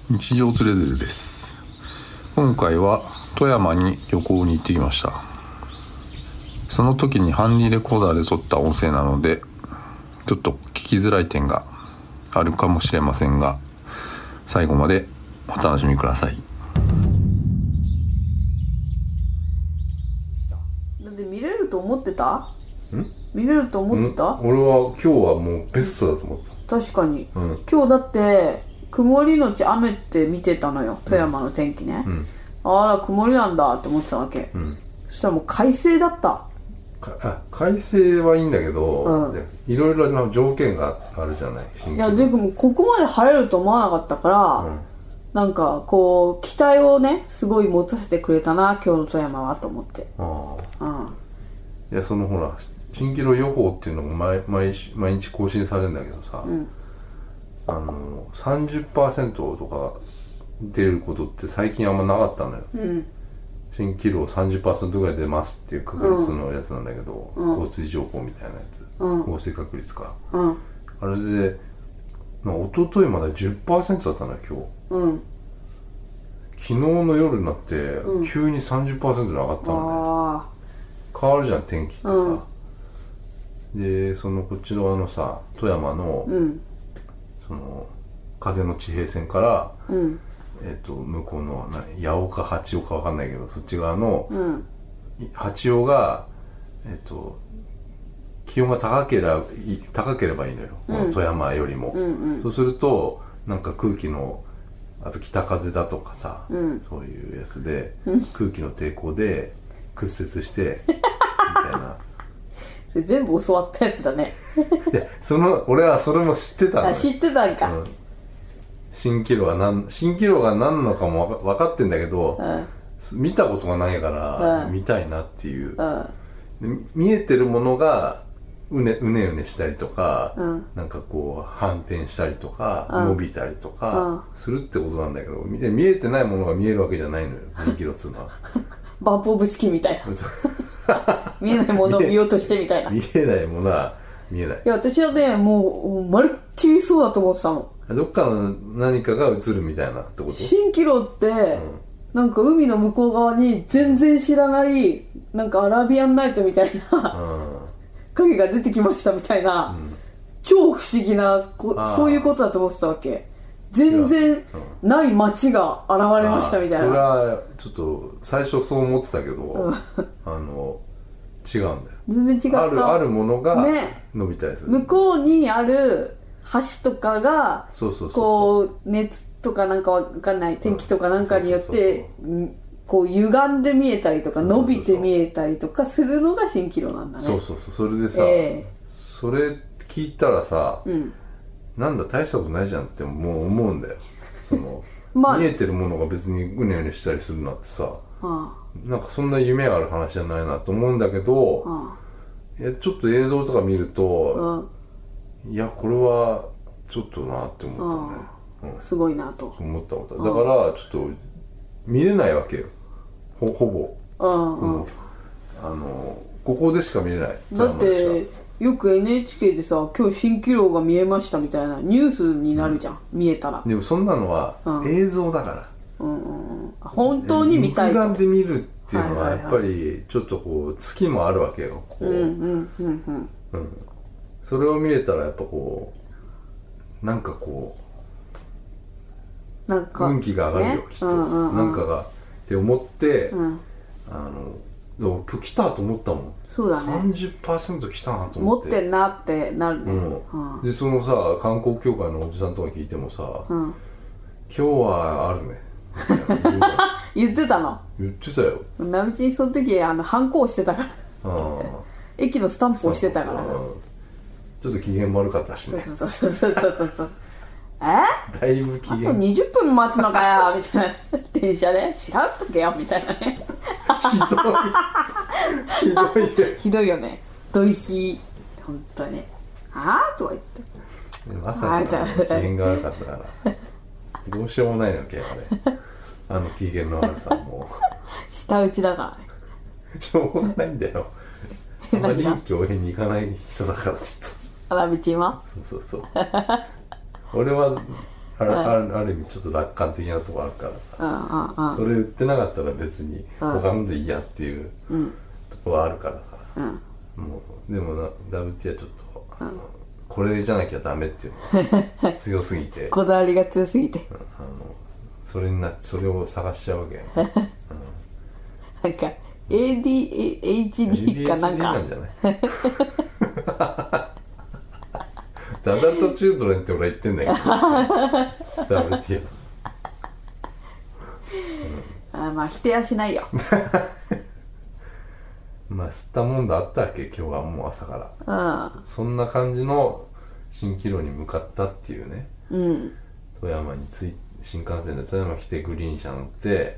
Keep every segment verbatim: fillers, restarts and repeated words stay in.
日常つれづれです。今回は富山に旅行に行ってきました。その時にハンディレコーダーで撮った音声なのでちょっと聞きづらい点があるかもしれませんが、最後までお楽しみください。 だって見れると思ってた？ ん見れると思ってた？ 俺は今日はもうベストだと思った。 確かに、 うん、 今日だって曇りのち雨って見てたのよ、富山の天気ね、うん、あら曇りなんだって思ってたわけ、うん、そしたらもう快晴だった。 あ、快晴はいいんだけど、うん、いろいろな条件があるじゃない。 いやでもここまで晴れると思わなかったから、うん、なんかこう期待をねすごい持たせてくれたな今日の富山はと思って。ああ、うん、 いやそのほら蜃気楼予報っていうのも 毎, 毎, 毎日更新されるんだけどさ、うん、あの さんじゅっパーセント とか出ることって最近あんまなかったのよ、うん、蜃気楼 さんじゅっパーセント ぐらい出ますっていう確率のやつなんだけど、うん、降水情報みたいなやつ、うん、降水確率か、うん、あれで一昨日まで じゅっパーセント だったのよ今日、うん、昨日の夜になって急に さんじゅっパーセント に上がったのね、うん、変わるじゃん天気ってさ、うんでそのこっちのあのさ富山の、うん、その風の地平線から、うん、えっと向こうの八尾か八尾かわかんないけどそっち側の、うん、八尾がえっと気温が高ければ高ければいいのよ、うん、富山よりも、うんうん、そうするとなんか空気のあと北風だとかさ、うん、そういうやつで、うん、空気の抵抗で屈折してみたいなそれ全部教わったやつだねいやその俺はそれも知ってたの。 あ知ってたんか、うん、 蜃気楼は何蜃気楼が何のかも分かってんだけど、うん、見たことがないから、うん、見たいなっていう、うん、見えてるものがうねうねうねしたりとか、うん、なんかこう反転したりとか、うん、伸びたりとかするってことなんだけど、見えてないものが見えるわけじゃないのよ蜃気楼っつうのはバンプオブチキンみたいな見えないものを見ようとしてみたいな見えないものは見えない。 いや私はねもうまるっきりそうだと思ってたの。 どっかの何かが映るみたいなってこと。 蜃気楼って、うん、なんか海の向こう側に全然知らないなんかアラビアンナイトみたいな、うん、影が出てきましたみたいな、うん、超不思議なそういうことだと思ってたわけ。全然ない街が現れましたみたいな。 それはちょっと最初そう思ってたけど、うん、あの違うんだよ。 全然違った。 あるあるものが伸びたりする、 ね、向こうにある橋とかがこう熱とかなんかわかんない天気とかなんかによってこう歪んで見えたりとか伸びて見えたりとかするのが蜃気楼なんだね。 そうそうそう。それでさ、えー、それ聞いたらさ、うん、なんだ大したことないじゃんってもう思うんだよ。その、まあ、見えてるものが別にうねうねしたりするなってさ、はあ、なんかそんな夢ある話じゃないなと思うんだけど、はあ、いやちょっと映像とか見ると、うん、いやこれはちょっとなって思ったね、 うん、すごいなと思ったことだからちょっと見れないわけよ ほ, ほぼ、うんうんうん、あのここでしか見れない。 だってよく エヌエイチケー でさ今日蜃気楼が見えましたみたいなニュースになるじゃん、うん、見えたら。 でもそんなのは映像だから、うんうんうん、本当に見たいと肉眼で見るっていうのはやっぱりちょっとこう月もあるわけよこう、うんうんうんうんうん、それを見れたらやっぱこうなんかこうなんか運気が上がるよ、ね、きっと、うんうんうん、なんかがって思って、うん、あの今日来たと思ったもん。 そうだね、 さんじゅっパーセント 来たなと思って。 持ってんなってなるね、 うんうん、でそのさ観光協会のおじさんとか聞いてもさ、うん、今日はあるね言ってたの。 言ってたよ。 なみちにその時あのハンコをしてたから駅のスタンプをしてたから、 ちょっと機嫌悪かったしね。 そうそうそうそうそうそうえだいぶ機嫌あとにじゅっぷん待つのかよみたいな電車で知らんとけよみたいなねひどいひどいねひどいよね。どいひ本当にあーとか言ってまさか機嫌が悪かったからどうしようもないわけやねあの機嫌の悪さも舌打ちだからねしょうがないんだよあんまり臨機応変に行かない人だからちょっと。 あらみちんはそうそうそう俺はある、ある、ある意味ちょっと楽観的なとこあるからさ、うんうんうん、それ売ってなかったら別に他のでいいやっていうとこはあるからさ、うん、もうでもな ダブリューティー はちょっと、うん、これじゃなきゃダメっていうのが強すぎてこだわりが強すぎて、 うん、あのそれになそれを探しちゃうわけよ、うん、 なんか エーディーエイチディー かなんかエーディーエイチディー なんじゃないダダとチューブレンって俺は言ってんだけどダブリューティーは、うん、あまあ否定はしないよまあ吸ったもんだあったわけ今日はもう朝から、 うん、 そんな感じの蜃気楼に向かったっていうね、 うん、 富山に着い新幹線で富山来てグリーン車乗って、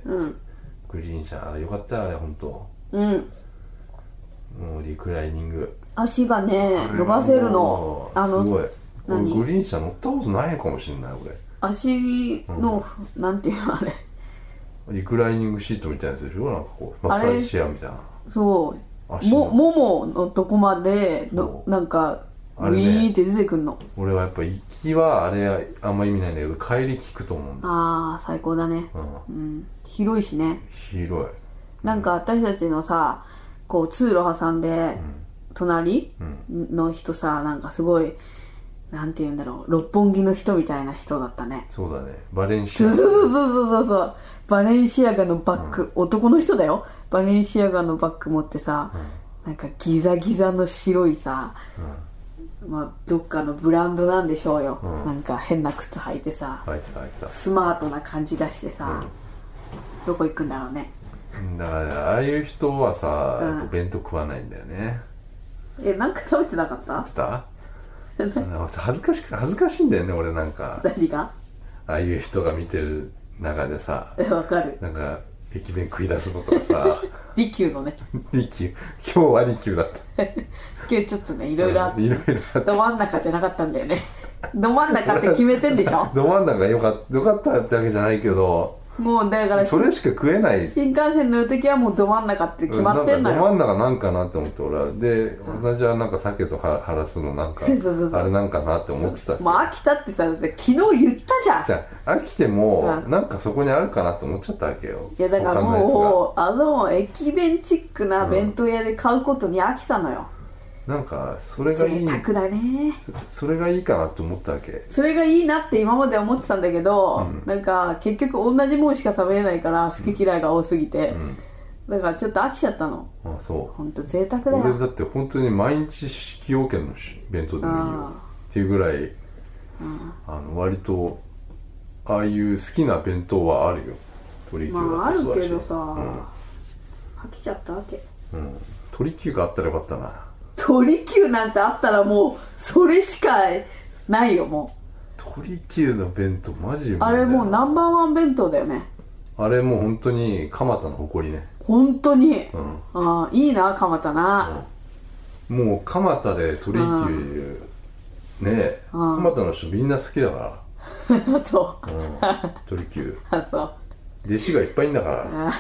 うん、グリーン車よかったよあれ本当、うん、もうリクライニング足がね伸ばせるのあのすごい何グリーン車乗ったことないのかもしれない俺足の、うん、なんていうのあれリクライニングシートみたいなやつでしょなんかこうマッサージチェアみたいなそうももものとこまでのなんかウィーンって出てくんの、ね、 俺はやっぱ行きはあれあんま意味ないんだけど帰り聞くと思うんだあー最高だね、うんうん、広いしね広いなんか私たちのさこう通路挟んで、うん、隣の人さなんかすごいなんて言うんだろう六本木の人みたいな人だったねそうだねバレンシアガそうそうそうそうそうバレンシアガのバッグ、うん、男の人だよバレンシアガのバッグ持ってさ、うん、なんかギザギザの白いさ、うん、まあどっかのブランドなんでしょうよ、うん、なんか変な靴履いてさ、はいはいはい、スマートな感じ出してさ、うん、どこ行くんだろうねだからああいう人はさ、うん、やっぱ弁当食わないんだよねえなんか食べてなかった？ 食べた？恥ずかしく恥ずかしいんだよね俺なんか何が？ ああいう人が見てる中でさえわかるなんか駅弁食い出すのとかさ利休のね利休今日は利休だった今日ちょっとねいろいろあって、 うん、いろいろあってど真ん中じゃなかったんだよねど真ん中って決めてんでしょど真ん中よかったよかったってわけじゃないけどもうだからそれしか食えない新幹線乗るときはもうど真ん中って決まってんのよ、 うん、なんかど真ん中なんかなって思って俺はで、うん、私はなんか鮭とハラスのなんかそうそうそうあれなんかなって思ってたもう飽きたってさ昨日言ったじゃんじゃあ飽きても、うん、なんかそこにあるかなって思っちゃったわけよいやだからもうあの駅弁チックな弁当屋で買うことに飽きたのよ、 うん、なんかそれがいい贅沢だねそれがいいかなって思ったわけそれがいいなって今まで思ってたんだけど、うん、なんか結局同じもんしか食べれないから好き嫌いが多すぎて、うんだからちょっと飽きちゃったのあそうほんと贅沢だよ俺だって本当に毎日崎陽軒の弁当でもいいよっていうぐらいあの割とああいう好きな弁当はあるよ鳥久だまああるけどさ、うん、飽きちゃったわけ、 うん、鳥久があったらよかったな鳥久なんてあったらもうそれしかないよもう鳥久の弁当マジうまいあれもうナンバーワン弁当だよねあれもう本当に蒲田の誇りね本当に、うん、あいいな蒲田な、 うん、もう蒲田で鳥久ねえ蒲田の人みんな好きだからそう、 うん、鳥久あそう弟子がいっぱいいんだから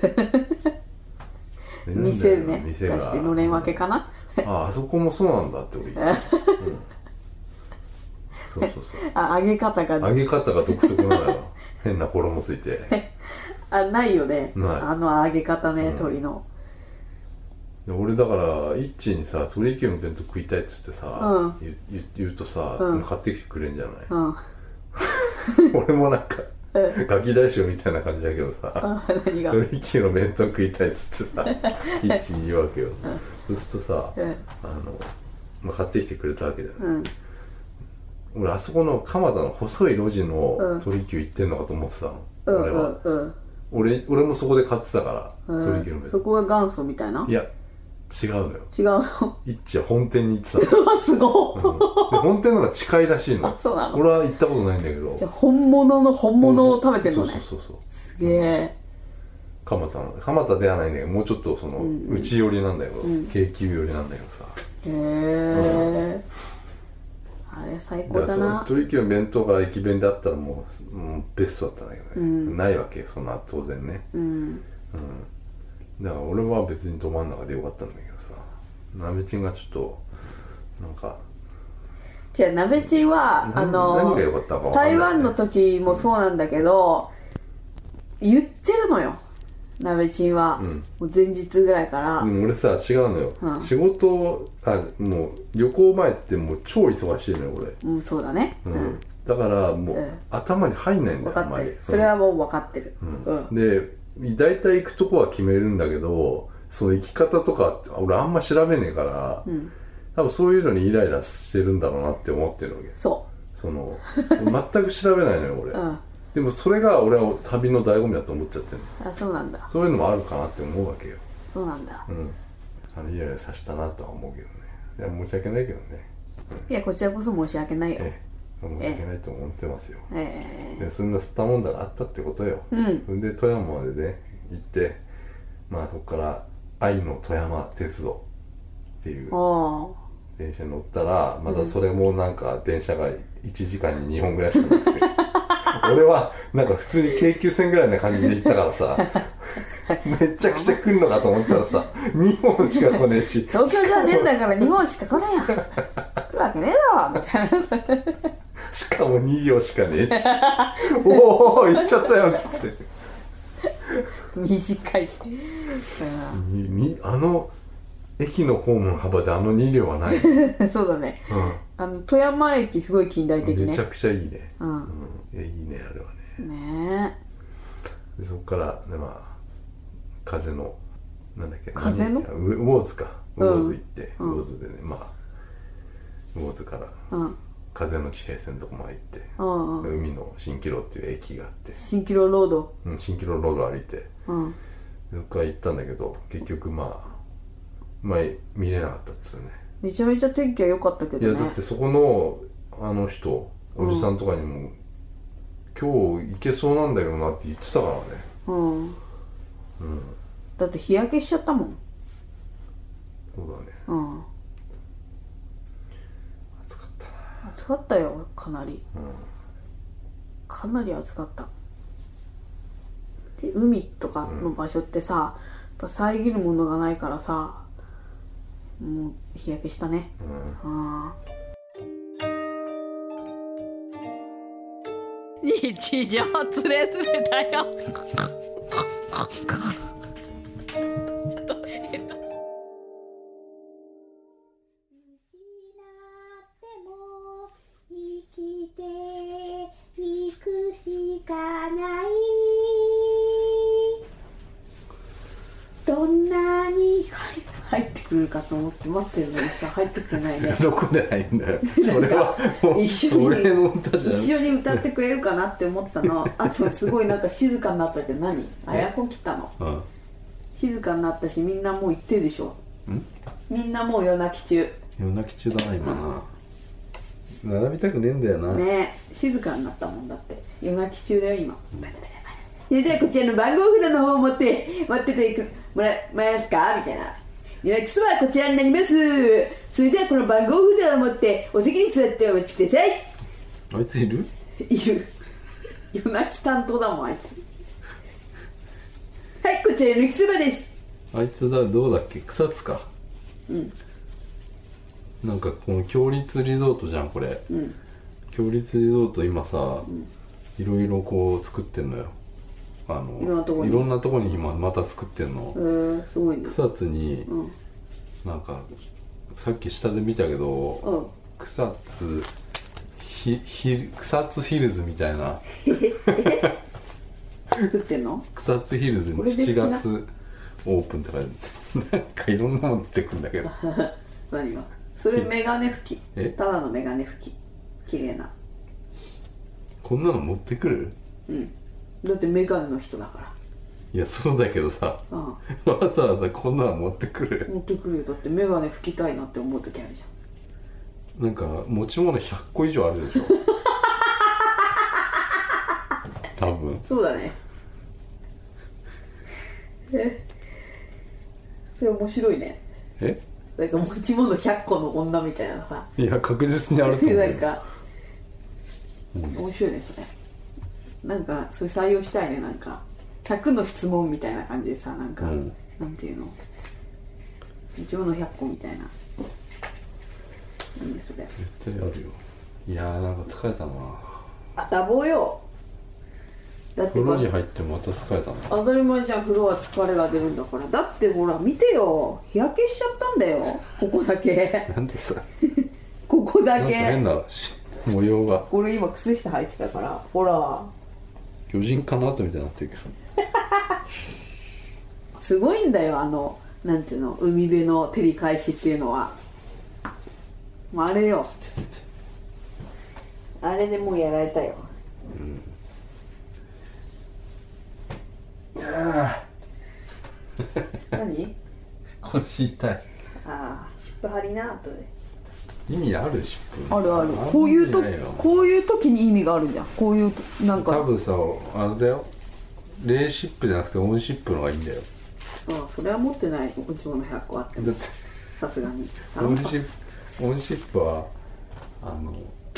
店ね店が出してのれん分けかなああそこもそうなんだって俺言って、うん、そうそうそうあ揚げ方が揚げ方が独特なのよ変な衣ついてあないよねないあの揚げ方ね、うん、鶏の俺だからイッチにさ鶏牛の弁当食いたいっつってさ、うん、言, 言うとさ、うん、買ってきてくれんじゃない、うん、俺もなんかガキ大将みたいな感じだけどさ鶏牛の弁当食いたいっつってさイッチに言うわけよ、うん、そうするとさ、うん、あの、まあ、買ってきてくれたわけだよね、うん俺あそこの蒲田の細い路地の鳥久行ってんのかと思ってたの、うん、俺は、うんうん、俺, 俺もそこで買ってたから、うん、鳥久の弁当そこが元祖みたいないや違うのよ違うの一致は本店に行ってたのすごい、うん、で本店の方が近いらしいのそうなの俺は行ったことないんだけどじゃあ本物の本物を食べてるのね、 そうそうそうそうすげえ蒲田の蒲田ではないんだけどもうちょっとその、うんうん、内寄りなんだけど、うん、京急寄りなんだけどさへえ、うん、あれ最高だな鳥久の弁当が駅弁であったらもう、もうベストだったんだけどね、うん、ないわけそんな当然ね、うんうん、だから俺は別にど真ん中でよかったんだけどさなべちんがちょっとなんかじゃあ鍋チンはあの何が良かったか分かんない、ね、 台湾の時もそうなんだけど、うん、言ってるのよ鍋チンは、うん、もう前日ぐらいから。 でも俺さ違うのよ、うん、仕事あもう旅行前ってもう超忙しいのよ俺。 うんそうだね、 うんうん、だからもう、うん、頭に入んないんだよ。 分かってる、それはもう分かってる、 うんうん、で大体行くとこは決めるんだけどその行き方とか俺あんま調べねえから、うん、多分そういうのにイライラしてるんだろうなって思ってるわけ。 そうその全く調べないのよ俺、うん、でもそれが俺は旅の醍醐味だと思っちゃってるの。 あそうなんだ。 そういうのもあるかなって思うわけよ。 そうなんだ、うん、 あのイライラさせたなとは思うけどね。いや申し訳ないけどね、 うん、いやこちらこそ申し訳ないよ。ええ申し訳ないと思ってますよ、 ええでそんな吸ったもんだがあったってことよ、うん、で富山までね行ってまあそこから愛の富山鉄道っていう電車に乗ったらまだそれもなんか電車がいちじかんににほんぐらいしかなくて俺はなんか普通に京急線ぐらいな感じで行ったからさめちゃくちゃ来るのかと思ったらさにほんしか来ねえし東京じゃねえんだからにほんしか来ねえやん来るわけねえだろみたいなしかもに両しかねえしおお行っちゃったよっつって短いににあの駅のホームの幅であのに両はないそうだね、うん、あの富山駅すごい近代的ね。 めちゃくちゃいいね、 うんうん、 いやいいねあれはね。 ねえでそこからねまあ風のなんだっけ風のウォーズかウォーズ行って、うん、ウォーズでねまあウォーズから、うん、風の地平線のとこまで行って、うんうん、海の蜃気楼っていう駅があって蜃気楼ロードうん蜃気楼ロード歩いて、うん、そこから行ったんだけど結局まあまあ見れなかったっつうね。 めちゃめちゃ天気は良かったけどね。 いやだってそこのあの人おじさんとかにも、うん、今日行けそうなんだけどなって言ってたからね。うん、うん、 だって日焼けしちゃったもん。 そうだね。 うん。 暑かったな。 暑かったよかなり、うん、かなり暑かった。で海とかの場所ってさ、うん、やっぱ遮るものがないからさもう日焼けしたね。うん。あ日常つれつれだよ。ちょっとえっと。生きていくしかない。どんなに入ってくるかと思って待ってるのにさ入ってくれないね。 どこでないんだよ。それはもう一緒に俺の歌じゃん。一緒に歌ってくれるかなって思ったの。あとすごいなんか静かになったって何？あやこ来たの。うん、静かになったしみんなもう行ってるでしょ。ん？みんなもう夜泣き中。 夜泣き中だな今な。並びたくねえんだよな。 ねえ静かになったもんだって夜泣き中だよ今。うん、それではこちらの番号札の方を持って待ってていくもらえますかみたいな。予約そばはこちらになります。それではこの番号札を持ってお席に座ってお待ちください。 あいついる？ いる。夜泣き担当だもんあいつ。はいこちら予約そばです。 あいつだどうだっけ草津か。うん。なんかこの強立リゾートじゃんこれ。うん。強立リゾート今さ、うん、いろいろこう作ってんのよ。あのいろんなとこにいろんなとこに今また作ってんの。 へーすごいね。 草津に、うん、なんかさっき下で見たけど、うん、草津ひひ草津ヒルズみたいな作ってんの？ 草津ヒルズにしちがつオープンとかなんかいろんなもの出てくるんだけど何が？それメガネ拭き。え？ただのメガネ拭き。綺麗な。 こんなの持ってくる？ うん。だってメガネの人だから。 いやそうだけどさ、うん、わざわざこんなの持ってくる？ 持ってくるよ。だってメガネ拭きたいなって思う時あるじゃん。なんか持ち物ひゃっこ以上あるでしょ多分そうだね。えそれ面白いね。 えなんか持ち物ひゃっこの女みたいなさ。 いや確実にあると思うなんか、うん、面白いねそれ。なんかそれ採用したいね。なんかひゃくの質問みたいな感じでさなんか、うん、なんていうの持ち物ひゃっこみたいな。 いいねそれ。 絶対あるよ。いやーなんか疲れたな。 あ、ダボよ。だって風呂に入ってまた疲れたな。 当たり前じゃん、風呂は疲れが出るんだから。だってほら見てよ、日焼けしちゃったんだよ、ここだけ。 なんでさここだけなんか変な模様が。 俺今靴下履いてたから、ほら巨人かなとみたいになってるけどすごいんだよ、あのなんていうの、海辺の照り返しっていうのは。あれよ、あれでもうやられたよ。 うん、あ何腰痛い。 ああ、湿布貼りな後で。 意味ある？湿布あるある。こういうとこういう時に意味があるじゃん。こういうなんか多分さ、あれだよ、冷湿布じゃなくて温湿布の方がいいんだよ。 ああ、それは持ってない。うちものひゃっこあってもだってさすがに温湿布温湿布はあの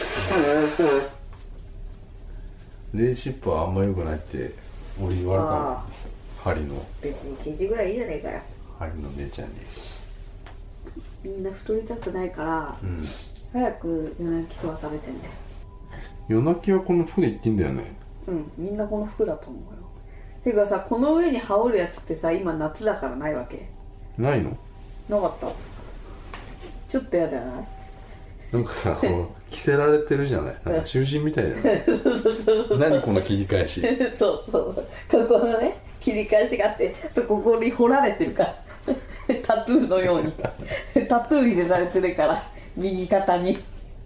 冷湿布はあんま良くないって俺言われたの。針の別にいちにちぐらいいいじゃねえかよ。 針の姉ちゃんに。 みんな太りたくないから、 うん、 早く夜泣き吸わされてんだよ。 夜泣きはこの服で言ってんだよね。 うん、みんなこの服だと思うよ。ていうかさ、この上に羽織るやつってさ、今夏だからないわけ。 ないの？ なかった。ちょっとやだよな。 なんかさ、こう着せられてるじゃない。なんか囚人みたいじゃない何この切り返しそうそうそう、ここのね切り返しがあって、ここに彫られてるからタトゥーのようにタトゥー入れられてるから、右肩に。 い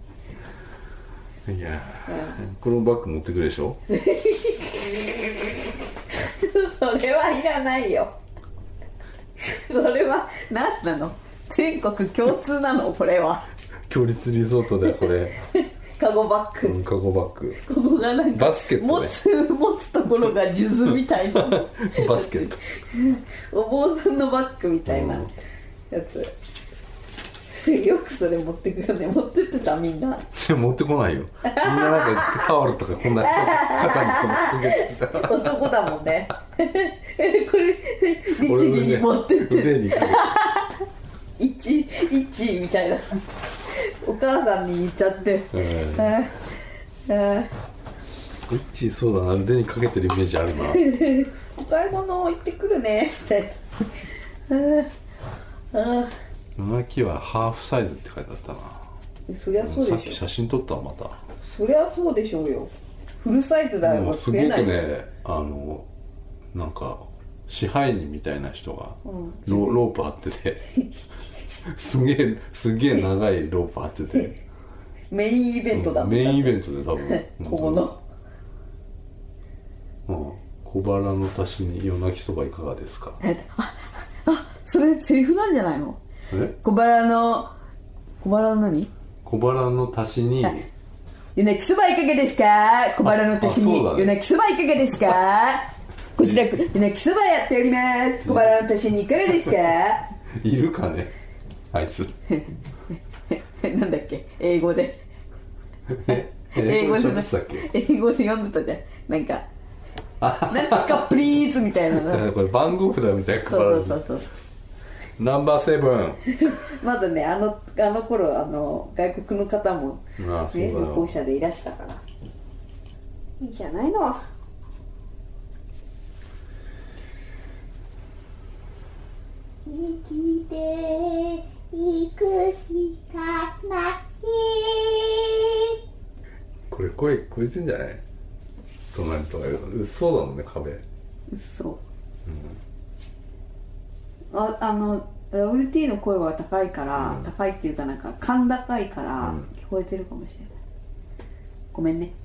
やー、うん、このバッグ持ってくるでしょそれはいらないよ。それは何なの？全国共通なの？これは強立リゾートだよこれカゴバッグ、 うん、カゴバッグ。 ここがなんかバスケットね、 持つ持つところが数珠みたいなバスケットお坊さんのバッグみたいなやつ、うん、よくそれ持ってくるね。持ってってた？みんな持ってこないよ。みんななんかタオルとかこんな肩にこのかけてた男だもんねこれ律儀に持ってって腕にかけて一一みたいなお母さんに言っちゃって、うん、ああイッチーそうだな、腕にかけてるイメージあるなお買い物行ってくるねみたいな。 夜泣きはハーフサイズって書いてあったな。 そりゃそうでしょ。 さっき写真撮ったわまた。 そりゃそうでしょうよ。フルサイズだよ。 もうすごくね、あのなんか支配人みたいな人が ロ, ロープ張っててすげえすげえ長いロープ張っててメインイベントだもん、 うん、メインイベントで多分ここの、 うん、小腹の足しに夜泣きそばいかがですか。 ああ、それセリフなんじゃないの？ え？ 小腹の小腹の何？ 小腹の足しに夜泣きそばいかがですか？小腹の足しに、ね、夜泣きそばいかがですか？こちら夜泣きそばやっております。小腹の足しにいかがですか？ いるかねあいつなんだっけ、英語で英語で喋ってたっけ？ 英語で読んでたじゃん。なんかなんとかプリーズみたいなこれ番号札みたいな。 そうそうそうそう、 ナンバーセブンまだね、あのあの頃あの外国の方もああ、そうだね、 よ、 歩行者でいらしたからいいじゃないの。 生きていくしかない。 これ声聞こえてんじゃない？隣とかうっそうだもんね、壁。 うっそう、うん、ああの ダブリューティー の声は高いから、うん、高いっていうかなんか甲高いから聞こえてるかもしれない、うん、ごめんね。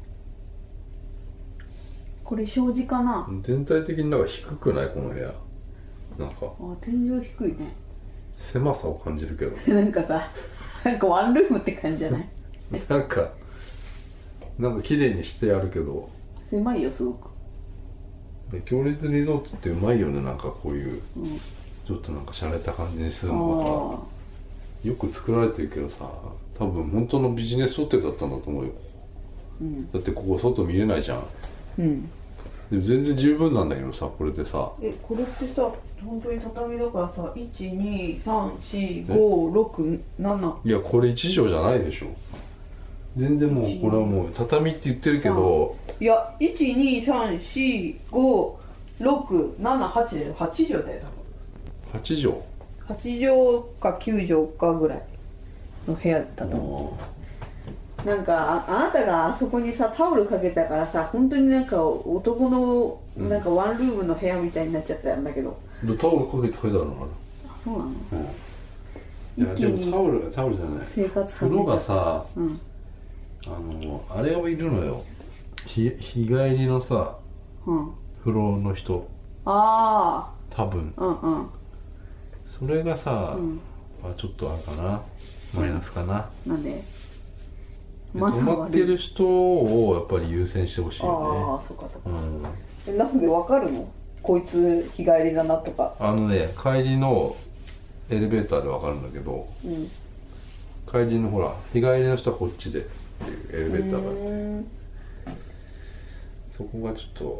これ障子かな。 全体的になんか低くない？この部屋なんかあ、天井低いね。 狭さを感じるけどなんかさ、なんかワンルームって感じじゃないなんかなんか綺麗にしてあるけど狭いよ、すごく。 強烈リゾートってうまいよね。なんかこういう、うん、ちょっとなんか洒落た感じにするのがよく作られてるけどさ、多分本当のビジネスホテルだったんだと思うよ、うん、だってここ外見れないじゃん。 うん。 でも全然十分なんだけどさ、これでさ。 え、これってさ本当に畳だからさ、いちにさんしごろくなな。 いやこれいち畳じゃないでしょ。全然もうこれはもう畳って言ってるけど、 いやいちにさんしごろくななはちだよ。はち畳だよはち畳。 多分はち畳かきゅう畳かぐらいの部屋だと思う。なんか あ, あなたがあそこにさタオルかけたからさ、本当になんか男のなんかワンルームの部屋みたいになっちゃったんだけど、 でタオルかけて書いてあるのかな。 あ、そうなの、 うん、いやでもタオルタオルじゃない生活風呂がさ、 うん、 あのあれはいるのよ、日, 日帰りのさ、 うん、 風呂の人、 あ多分あ、うんうん、 それがさ、 うん、 あちょっとあれかな、マイナスかな。 なんで泊まってる人をやっぱり優先してほしいよね。 ああ、そっかそっか、 うん、 え、なんでわかるのこいつ日帰りだなとか。 あのね、帰りのエレベーターでわかるんだけど、 うん、 帰りのほら日帰りの人はこっちですっていうエレベーターがあって、 ーそこがちょっと、うん、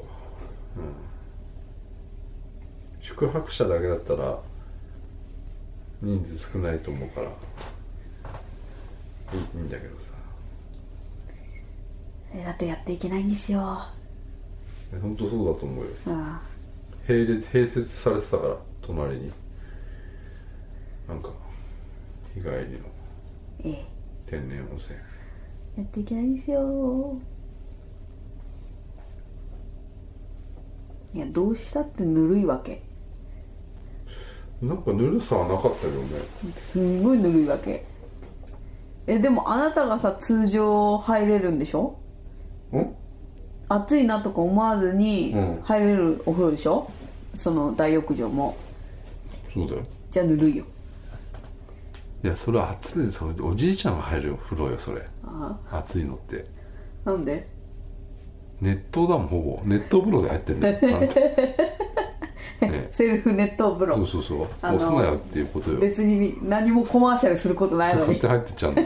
宿泊者だけだったら人数少ないと思うからいい、いいんだけどさ。 それだとやっていけないんですよ。あ本当そうだと思うよ。 あ、 並列併設されてたから隣になんか日帰りのええ、 天然温泉やっていけないんですよ。いや、どうしたってぬるいわけ。 なんかぬるさはなかったけどね。 すんごいぬるいわけ。え、でもあなたがさ通常入れるんでしょ。 ん暑いなとか思わずにうん入れるお風呂でしょ、その大浴場も。 そうだよ。 じゃあぬるいよ。 いやそれは暑い、それおじいちゃんが入る風呂よそれ。 あ暑いのってあ、なんで熱湯だもん、ほぼ熱湯風呂で入ってんねあんたね、 セルフ熱湯風呂。 そうそうそう、 あの押すなよっていうことよ。 別に何もコマーシャルすることないのに勝手に入ってっちゃうの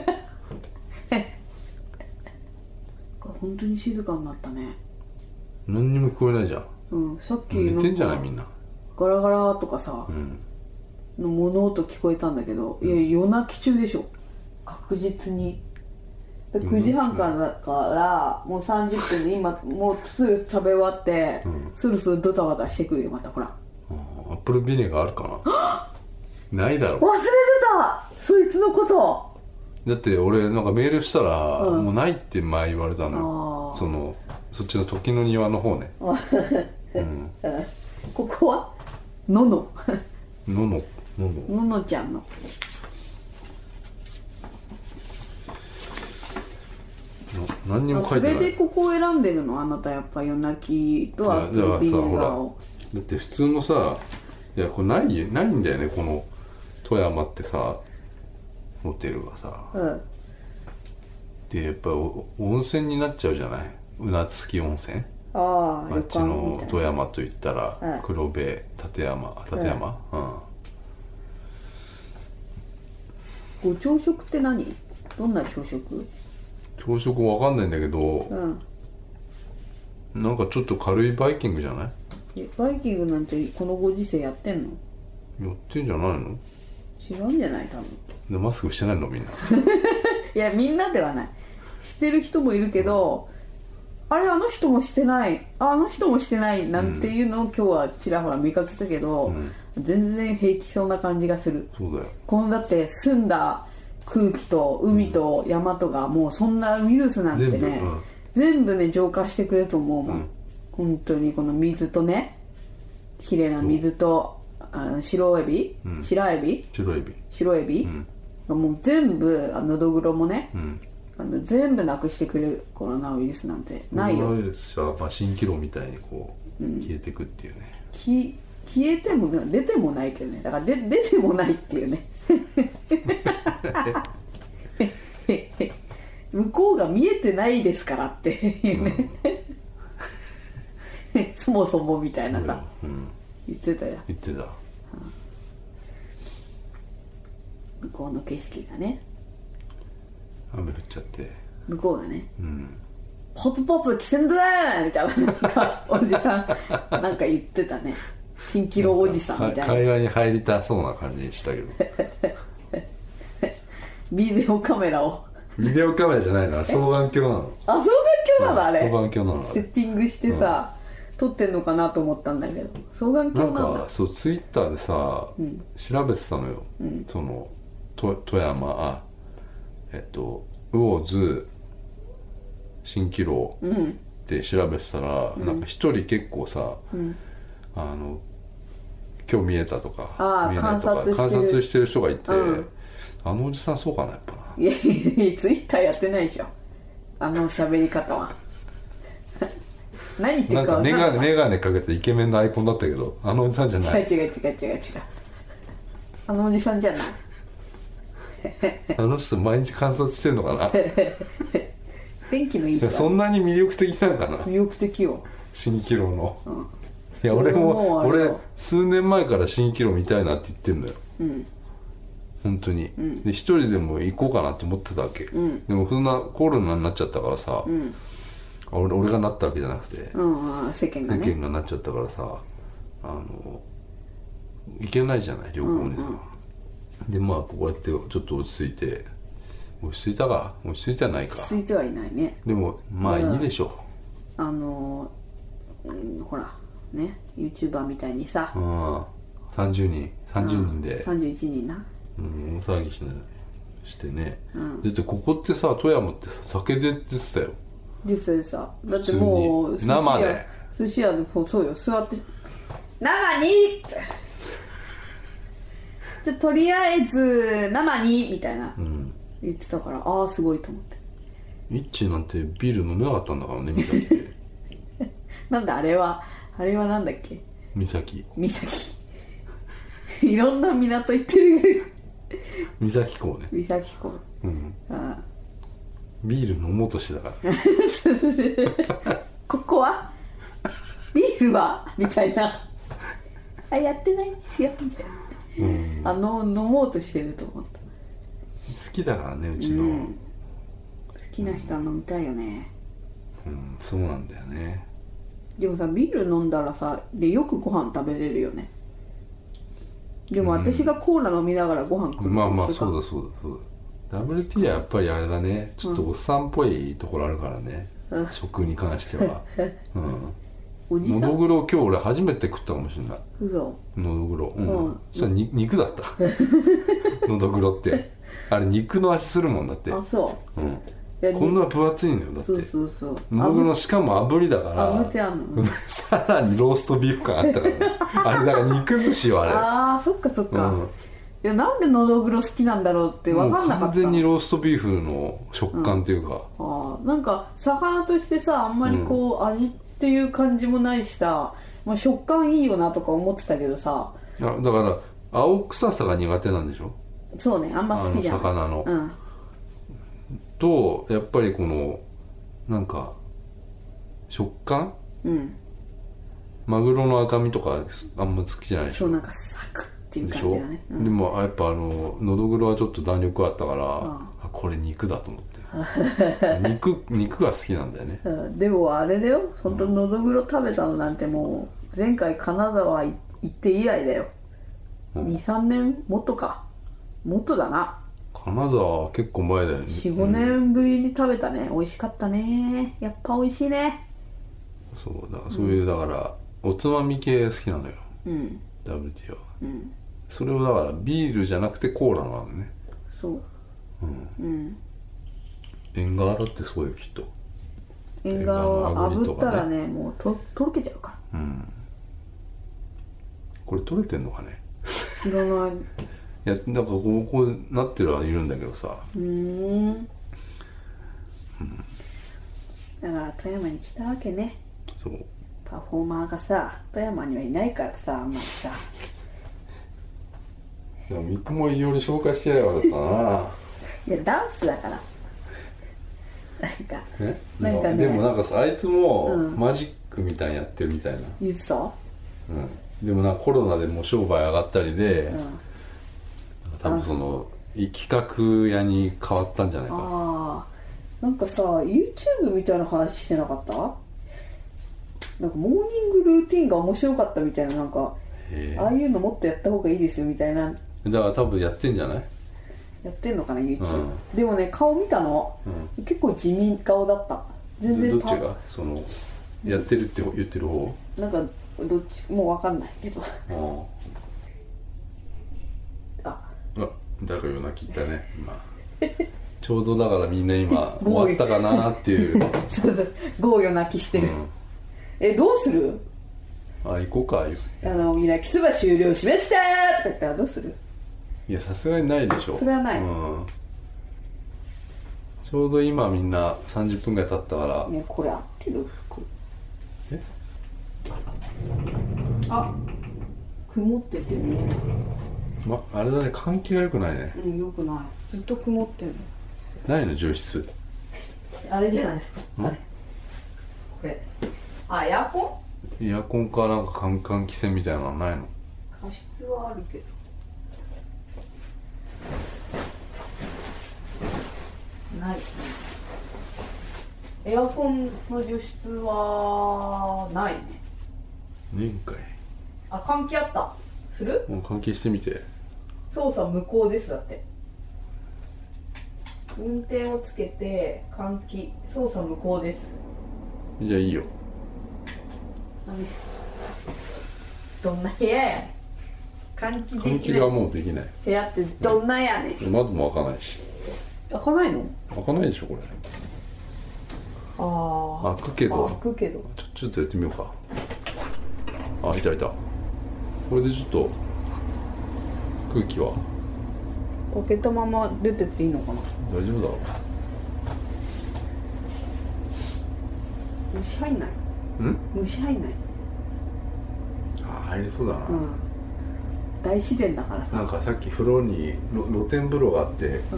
本当に静かになったね。 何にも聞こえないじゃん。 うん、さっき寝てんじゃなかなんいみんな。 ガラガラとかさ、 うんの物音聞こえたんだけど、いや夜泣き中でしょ確実に。でくじはんからだからもうさんじゅっぷんで今もうすぐ食べ終わって、 うんスルスルドタバタしてくるよまた。ほらアップルビネガーあるかなないだろ。 忘れてたそいつのこと。 だって俺なんかメールしたら、 うんもうないって前言われたのよ。 あーそのそっちの時の庭の方ね。うん、 ここはののののののののちゃんの。 な何にも書そいてない。 れでここを選んでるのあなた。やっぱ夜泣きとアップルビネガーを。 だって普通のさ、いやこれないないんだよね、この富山ってさホテルがさ。 うん、 でやっぱお温泉になっちゃうじゃない、船着き温泉。 ああ、 あっちの富山といったら、 うん、 黒部、立山、立山、うん、 うん、ご朝食って何？どんな朝食？ 朝食わかんないんだけど、 うん、 なんかちょっと軽いバイキングじゃない？ えバイキングなんてこのご時世やってんの？ やってんじゃないの？ 違うんじゃない多分。 でマスクしてないのみんな。 いやみんなではない。してる人もいるけど、あれあの人もしてない、あの人もしてないなんていうのを今日はちらほら見かけたけど、うん、全然平気そうな感じがする。 そうだよ。 このだって澄んだ空気と海と山とか、もうそんなウイルスなんてね、全部、うん、全部ね浄化してくれると思うもん、うん、本当にこの水とね、綺麗な水とあの白エビ、うん、白エビ白エビ白エビ、うん、もう全部のどぐろもね、うん、あの全部なくしてくれる。コロナウイルスなんてないよ。 コロナウイルスは、まあ、蜃気楼みたいにこう、うん、消えてくっていうね。 き消えても出てもないけどね。だからで出てもないっていうね向こうが見えてないですからっていうね、うん、そもそもみたいなさ、うん、言ってたよ。 言ってた、 うん、向こうの景色がね、 雨降っちゃって、 向こうがね、 うん、 パツパツ来てんだーみたいな、なんかおじさんなんか言ってたね。蜃気楼おじさんみたいな。 会話に入りたそうな感じにしたけどビデオカメラをビデオカメラじゃないな、双眼鏡なの。 あ、双眼鏡なのあれ。 双眼鏡なのあれ。 セッティングしてさ、うん、撮ってんのかなと思ったんだけど、双眼鏡なんだ。 なんかそうツイッターでさ、うん、調べてたのよ、うん、そのと富山あえっと魚津蜃気楼って調べてたら、うん、なんか一人結構さ、うん、あの今日見えたとか見えないとか観察してる人がいて、うん、あのおじさんそうかなやっぱな。 いやいやツイッターやってないでしょあの喋り方は何言ってるか分かんない。 なんかメガネかけてイケメンのアイコンだったけど、あのおじさんじゃない。 違う違う違う違う違うあのおじさんじゃないあの人毎日観察してんのかな天気のいい人。 そんなに魅力的なのかな。 魅力的よ蜃気楼の、うん、いや俺も俺数年前から蜃気楼見たいなって言ってんだよ、うん、本当に、うん、で一人でも行こうかなって思ってたわけ、うん、でもそんなコロナになっちゃったからさ、うん、俺, 俺がなったわけじゃなくて、 うん、世間がね世間がなっちゃったからさ、あの行けないじゃない旅行にさ、うんうん、でまあこうやってちょっと落ち着いて落ち着いたか落ち着いてはないか落ち着いてはいないね。 でもまあいいでしょう、あの、うん、ほらね YouTuber みたいにさ、 うん、さんじゅうにんさんじゅうにんでさんじゅういちにんな、 うん、大騒ぎし,、ね、してね、うん、だってここってさ富山ってさ酒で出てたよ。 実際さだってもう生で寿司屋でそうよ座って生にってじゃとりあえず生にみたいな、うん、言ってたから、ああすごいと思って。 イッチーなんてビール飲めなかったんだからね美咲なんだあれはあれはなんだっけ美咲美咲いろんな港行ってる美咲港ね美咲港、うん、ああビール飲もうとしてたからここはビールはみたいなあやってないんですよみたいな、うん、あの飲もうとしてると思った。 好きだからねうちの、うん、 好きな人は飲みたいよね、 うん、うん、そうなんだよね。 でもさビール飲んだらさでよくご飯食べれるよね。でも私がコーラ飲みながらご飯食う、 うん、まあまあそうだそうだそうだ。ダブリューティー はやっぱりあれだねちょっとおっさんっぽいところあるからね、うん、食に関しては、うん、のどぐろ今日俺初めて食ったかもしれない。 嘘のどぐろ、うんうん、そしたらに肉だったのどぐろってあれ肉の味するもんだって。 あそう、うん、 こんな分厚いのよだって。 そうそうそうのどぐろしかも炙りだから炙ってあんのさらにローストビーフ感あったからねあれだから肉寿司よあれ。 あーそっかそっか、うん、いやなんでのどぐろ好きなんだろうって分かんなかった。 完全にローストビーフの食感っていうか、 うん、あなんか魚としてさあんまりこう、うん、味っていう感じもないしさ、まあ、食感いいよなとか思ってたけどさ。 あだから青臭さが苦手なんでしょ。 そうねあんま好きじゃない魚の、 うん、 とやっぱりこのなんか食感、うん、マグロの赤身とかあんま好きじゃないでしょ。 そうなんかサクッっていう感じだね、 うん、でもやっぱあののどぐろはちょっと弾力あったから、うん、あこれ肉だと思って肉肉が好きなんだよね、 うん、でもあれだよ本当のどぐろ食べたのなんてもう前回金沢行って以来だよ、うん、にさんねんもっとかもっとだな。 金沢は結構前だよね。 よんごねんぶりに食べたね、うん、美味しかったね。やっぱ美味しいね。 そうだそういう、うん、だからおつまみ系好きなのよ、うん、ダブリューティー は、うん、それをだからビールじゃなくてコーラなのね。 そううん、うん、 縁側だってそうよきっと。 縁側を炙ったら ね, ねもうととろけちゃうから、うん、 これ取れてんのかね知らないいやなんかこうこうなってるはいるんだけどさ。うーん、うん、 だから富山に来たわけね。 そうパフォーマーがさ富山にはいないからさあんまりさ。 いや三雲伊織紹介してやよかったな。 いやダンスだからなんかえなんかねでもなんかさあいつもマジックみたいにやってるみたいな、 言ってた、うん、 でもなんかコロナでもう商売上がったりで、うん、多分その企画屋に変わったんじゃないか。 あなんかさ YouTube みたいな話してなかった？なんかモーニングルーティンが面白かったみたいな、なんかああいうのもっとやった方がいいですよみたいな。 だから多分やってんじゃない？ やってんのかな YouTube、 うん、 でもね顔見たの、うん、結構地味顔だった。全然どっちがそのやってるって言ってる方？ なんかどっちもう分かんないけどああだから夜泣き言ったね今ちょうどだからみんな今終わったかなっていうそうそうゴーよ泣きしてる、うん、えどうする？ あ行こうかあのみんなキスは終了しましたとか言ったらどうする？ いやさすがにないでしょ。 それはない、うん、 ちょうど今みんなさんじゅっぷんぐらい経ったからねこれ合ってる？ えあ曇っててね、 ま、あれだね換気が良くないね。 うん良くない、ずっと曇ってる。 ないの除湿？ あれじゃないですか、あれこれあエアコン？エアコンかなんか換換気扇みたいなのはないの？ 加湿はあるけどない。エアコンの除湿はないね。 ねんかい。 あ換気あった。する？ もう換気してみて。 操作無効ですだって。運転をつけて換気操作無効です。 じゃあいいよ。 どんな部屋やねん。換気できない。 換気がもうできない。 部屋ってどんなやねん。 窓も開かないし。 開かないの？ 開かないでしょこれ。 ああ。 開くけど。 開くけど。 ちょちょっとやってみようか。あいたいた。これでちょっと空気は開けたまま出てっていいのかな？ 大丈夫だろう。虫入んない？ ん？ 虫入んない？ あ入りそうだな、 うん、大自然だからさ。 なんかさっき風呂に露天風呂があって、うん、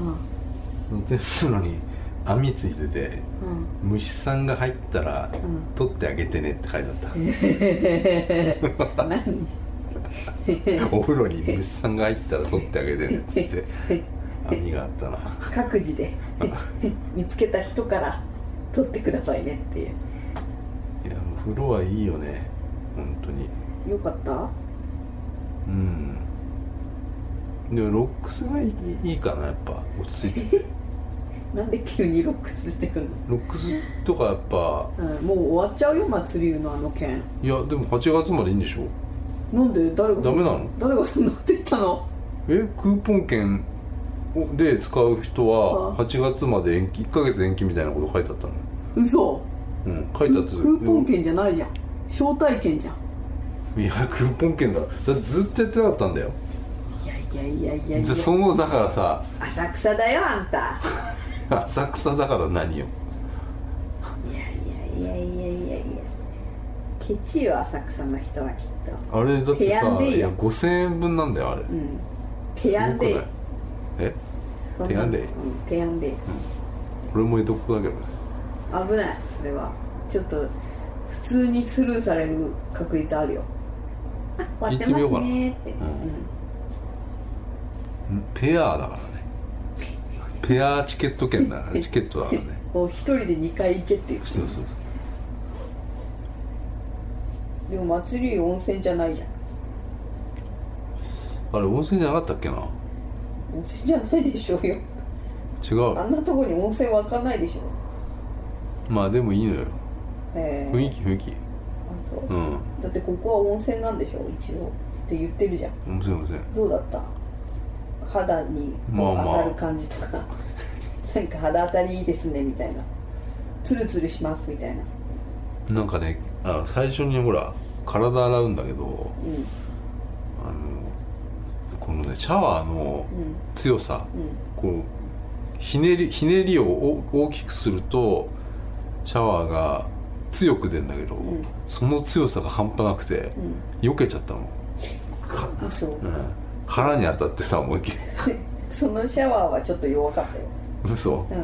露天風呂に網ついてて、うん、虫さんが入ったら、うん、取ってあげてねって書いてあった何お風呂に虫さんが入ったら取ってあげてねっつって網があったな。 各自で見つけた人から取ってくださいねっていう。いやもう風呂はいいよね本当に。 よかった。 うんでもロックスがいい、いいかなやっぱ落ち着いててなんで急にロックス出てくるの？ ロックスとかやっぱ、 うん、もう終わっちゃうよ祭りのあの件。 いやでもはちがつまでいいんでしょ？ なんで誰がダメなの？ 誰がそんなこと言ったの？ えクーポン券で使う人ははちがつまで延期いっかげつ延期みたいなこと書いてあったの。 嘘。 うん書いてあった。 クーポン券じゃないじゃん、招待券じゃん。 いやクーポン券だだってずっとやってなかったんだよ。 いやいやいやいやいやそのだからさ浅草だよあんた浅草だから何よ。 いやいやいやいやいやいやケチよ浅草の人はきっと。 あれだってさいやごせんえんぶんなんだよあれ。うん提案でえ提案でうん提案で、うん、 これも江戸っ子だけどね。 危ないそれは。ちょっと普通にスルーされる確率あるよ。あ終わってますねって、うんうん、ペアだからね。ペアチケット券だからチケットだからねもう一人でにかい行けっていう。 そうそうそう。 でも祭り温泉じゃないじゃん。 あれ温泉じゃなかったっけな。 温泉じゃないでしょうよ。 違う。 あんなとこに温泉湧かないでしょ。 まあでもいいのよ、 えー、 雰囲気雰囲気。あそう、 うん、 だってここは温泉なんでしょ一応って言ってるじゃん。 温泉温泉どうだった？肌に当たる感じとか、まあまあ、なんか肌当たりいいですねみたいな、ツルツルしますみたいな。 なんかねあの最初にほら体洗うんだけど、うん、あのこのねシャワーの強さ、うん、こうひねりひねりを大きくするとシャワーが強く出るんだけど、うん、その強さが半端なくて、うん、避けちゃったの。 嘘、うん、 腹に当たってさ思いっきりそのシャワーはちょっと弱かったよ。 嘘、うん、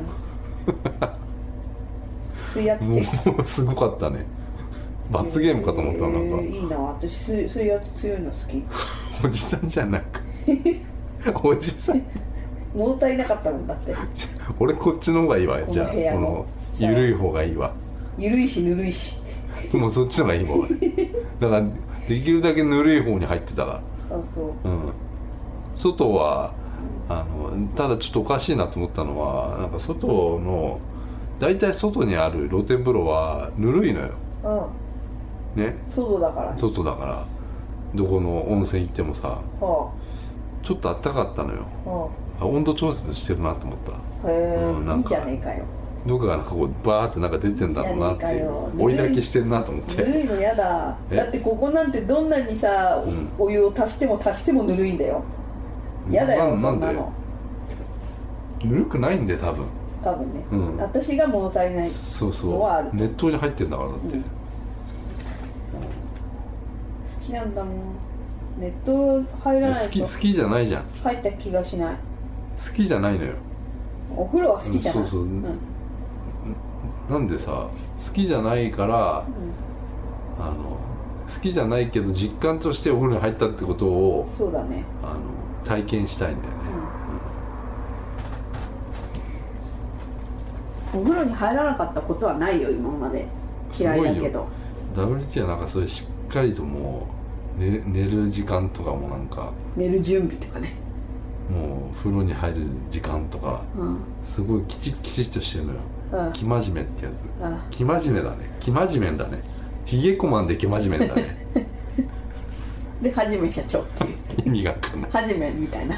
水圧チェックもうすごかったね。罰ゲームかと思ったの、えー、なんかいいな私水圧強いの好きおじさんじゃなくおじさん物足りなかったもんだって俺こっちの方がいいわ。じゃあこの緩い方がいいわ。 緩いしぬるいしもうそっちの方がいいわ俺だからできるだけぬるい方に入ってたから。 あ、そう、 うん、外はあのただちょっとおかしいなと思ったのは、なんか外のだいたい外にある露天風呂はぬるいのよ、 うん、 ね、 外だから外だからどこの温泉行ってもさ、 はちょっとあったかかったのよ、 あはあ、温度調節してるなと思った。 あ、へえ、 うん、なんかいいじゃねえかよ。 どっかがなんかこうバーってなんか出てんだろうなっていう、 いいじゃねえかよ、 追いだきしてんなと思ってぬるいのやだ。 えだってここなんてどんなにさ、 うんお湯を足しても足してもぬるいんだよ。やだよ、 なそんなの。 ぬるくないんで多分。 多分ね、 うん、 私が物足りないそうそのはあるう、熱湯に入ってんだからだって、 うん、好きなんだもん。熱湯入らないと好き好きじゃないじゃん。 入った気がしない。 好きじゃないのよ。 お風呂は好きじゃない、 そうそう、 うん、 なんでさ、好きじゃないから、うん、あの好きじゃないけど実感としてお風呂に入ったってことを、 そうだね、 あの体験したいんだよね、 うんうん、お風呂に入らなかったことはないよ今まで。嫌いだけどダブリューティー はなんかそれしっかりともう 寝, 寝る時間とかもなんか寝る準備とかね、 もう風呂に入る時間とか、うん、すごいきちっきちっとしてるのよ、うん、生真面目ってやつ、うん、生真面目だね、生真面目だね、ひげこまんで生真面目だねではじめ社長っていう意味が分かんない、 はじめみたいな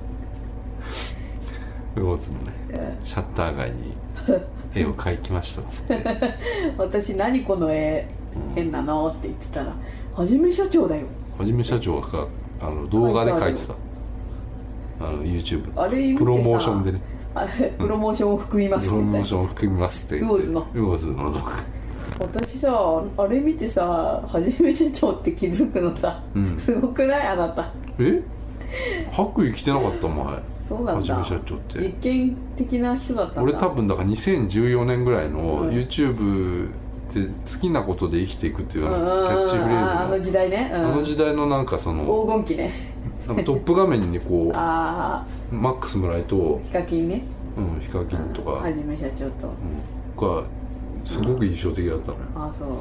魚津のね、うん、シャッター街に絵を描きましたって私何この絵、うん、変なのって言ってたら、はじめ社長だよ。 はじめ社長があの動画で描いてた、あの YouTube あれプロモーションでね、 あれプロモーションを含みますって、 プロモーションを含みますって言って、 魚津の魚津の動画。 私さ、あれ見てさ、はじめ社長って気づくのさ、うん、すごくない？あなた。 え？白衣着てなかった前。 そうなんだ。 はじめ社長って実験的な人だったんだ。 俺多分だからにせんじゅうよねんぐらいの YouTube で好きなことで生きていくっていうキャッチフレーズの、 あの時代ね、うん、 あの時代のなんかその黄金期ね、 なんかトップ画面にこうあマックス村井とヒカキンね、 うん、ヒカキンとかはじめ社長と、 うん、がすごく印象的だったのよ、 ああそう、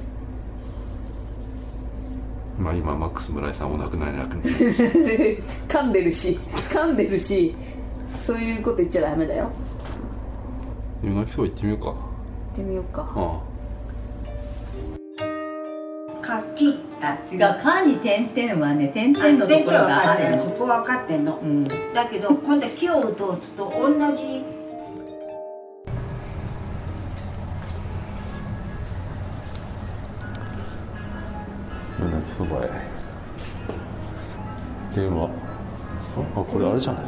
うん、まあ今マックス村井さんお亡くなりなくなって噛んでるし噛んでるし、そういうこと言っちゃダメだよ。 夜泣きそう行ってみようか。行ってみようか。 ああ、 柿、 あ、違う、かに点々はね、点々のところがあるの。 そこは分かってんの、うん、だけど今度木を打つと同じ。 夜泣きそばへ電話、あ、これあれじゃない、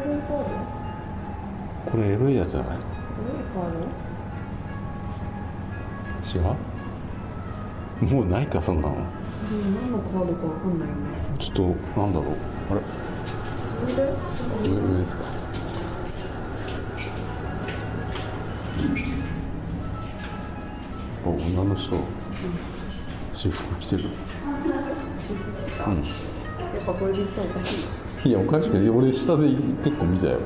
これエロいやつじゃない、違う、もうないかそんなの。 何のカードかわかんないよね。 ちょっとなんだろう、あれ上上ですか。あ、女の人、うん、私服着てる。うん。やっぱこれで言ったらおかしい。 いやおかしくない。俺下で結構見たよ。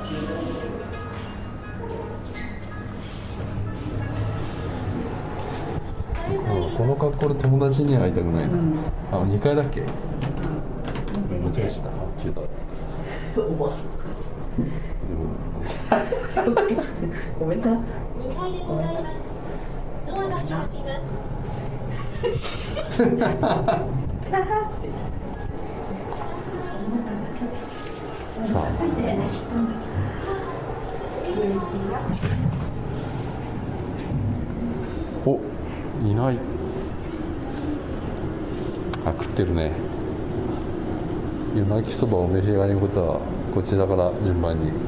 この格好で友達には会いたくないな、うん、あ、にかいだっけ、うん、間違えちゃった、消えたごめんな。 にかいでございます。ドアが開きますさあ、お、いない。あ、食ってるね。夜泣きそばを召し上がりのことはこちらから順番に。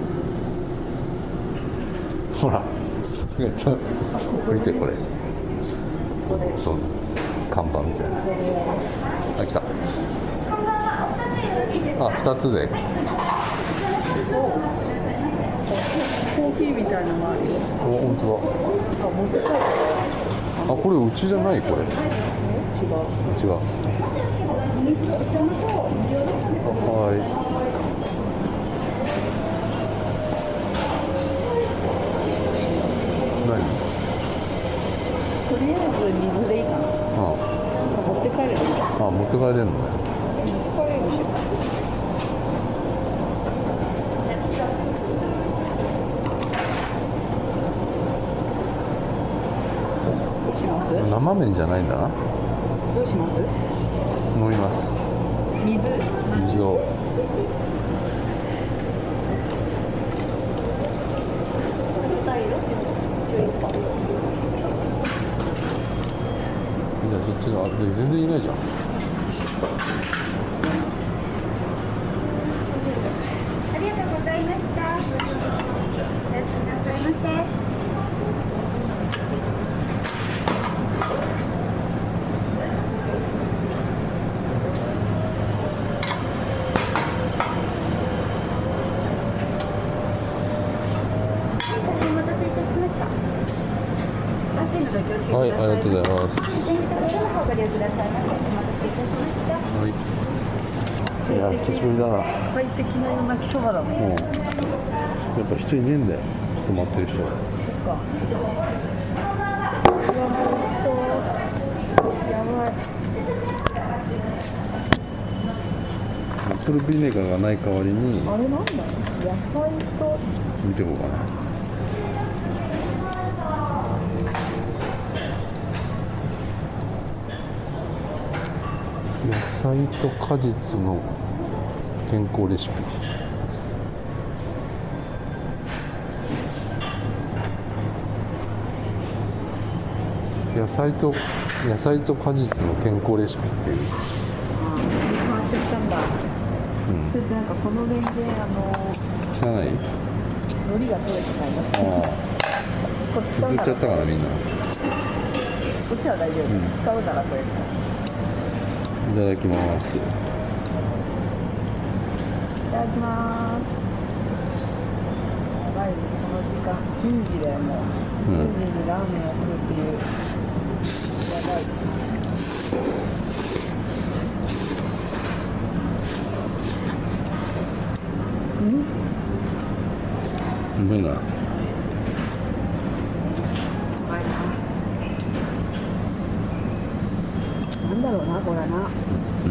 ほらめっちゃ見てこれ、そう看板みたいな。あ、来た。あ、ふたつでコーヒーみたいなのもあるよ。 お、本当だ。 あ、持って帰る。 あ、これうちじゃないこれ。違う。違う。はい。 あ、持って帰れるのね。 これでしょ。どうします？ 生麺じゃないんだな。 どうします？ 飲みます。 水？ 水を。じゃあそっちの、あ、全然いないじゃん。 ありがとうございました。おやすみなさいませ。 はい、ありがとうございます。はい。いや、久しぶりだな。 快適な夜泣きそばだね。 うん。やっぱ人いねえんだよ。泊まってる人が。 そっか。やばい。 アップルビネガーがない代わりに。 あれなんだろう。野菜と。 見ていこうかな。野菜と果実の健康レシピ。野菜と野菜と果実の健康レシピっていう。 ああ、変わっちゃったんだ。 うん。 それでなんかこのレンゲあの汚い？ 海苔が取れてないの。 ああ。 こっち使う削っちゃならったからみんな。 こっちは大丈夫。 うん使うならこれ。 いただきます。 いただきます。やばいね、この時間じゅうじだよもう。 うんじゅうじにラーメンを食うっていう。やばい。うんうまいな。 うまいな。なんだろうな、これな。 うん。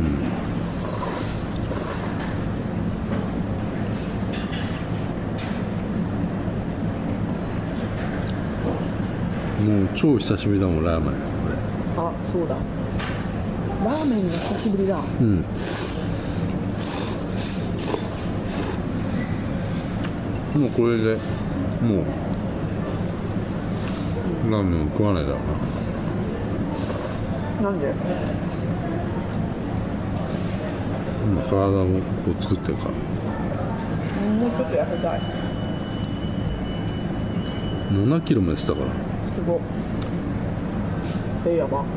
もう超久しぶりだもん、ラーメン。こあ、そうだ。ラーメンが久しぶりだ。 れ。うん。もうこれでもうラーメン食わないだろうな。 なんで？ 今体をこう作ってるから。 もうちょっと痩せたい。 ななキロも痩せたから。 すごい。え、やば。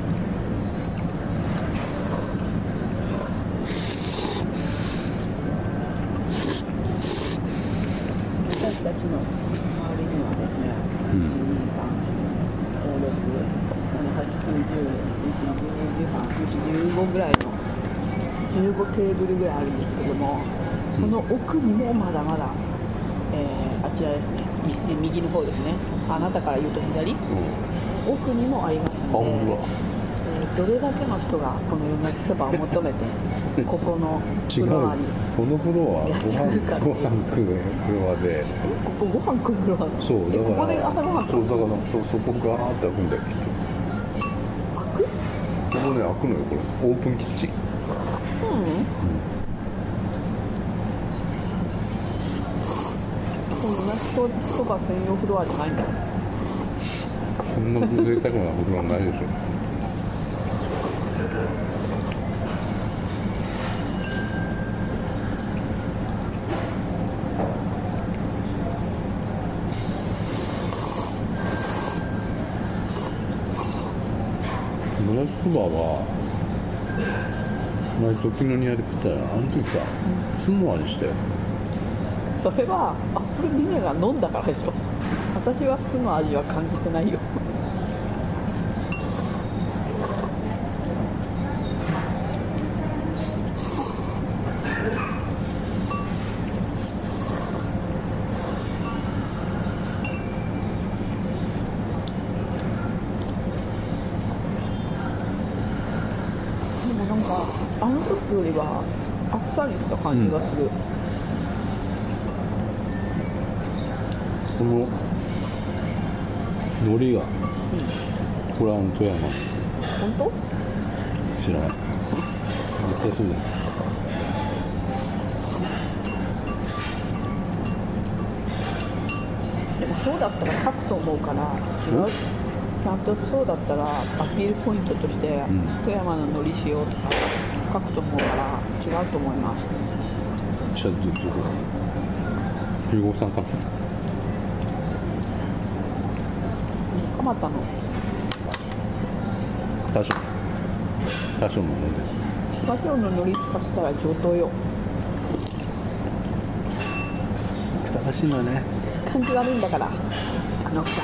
私たちの周りにはですね、 うんいち、に、さん、ご、ろく、なな、はち、きゅう、じゅう、じゅういち、じゅうに、じゅうさん、じゅうよん、じゅうごぐらいのじゅうごテーブルぐらいあるんですけども、その奥にもまだまだ、えー、あちらですね、右右の方ですね、あなたから言うと左、奥にもありますので、えー、どれだけの人がこの夜泣きそばを求めてここの違う。 フロアにこのフロアいらっしゃるかっていうご飯食うフロアで。 ここご飯食うフロアなの？ そうだから。 ここで朝ごはんそうだからそそこガーって開くんだよ。 開く？ ここね開くのよこれ。オープンキッチン。 うん。この夜泣きそば専用フロアじゃないんだよ。 そんな贅沢なフロアないでしょ。村そばは前時の庭で食ったよ。あの時さ、酢の味したよ。 それはアップルビネガー飲んだからでしょ。私は酢の味は感じてないよ。でもなんりした感じがする、うん、 この海苔が、うん、これは富山。 本当？ 知らない。絶対そうだよ。 でもそうだったら書くと思うから、違う。ちゃんとそうだったらアピールポイントとして、うん、富山の海苔しようとか書くと思うから違うと思います。 じゃあどこ？じゅうごさんかな。 蒲田の。 多少。多少のもんで。 多少の海苔使ってたら上等よ。 正しいのね。 感じ悪いんだからあのさ。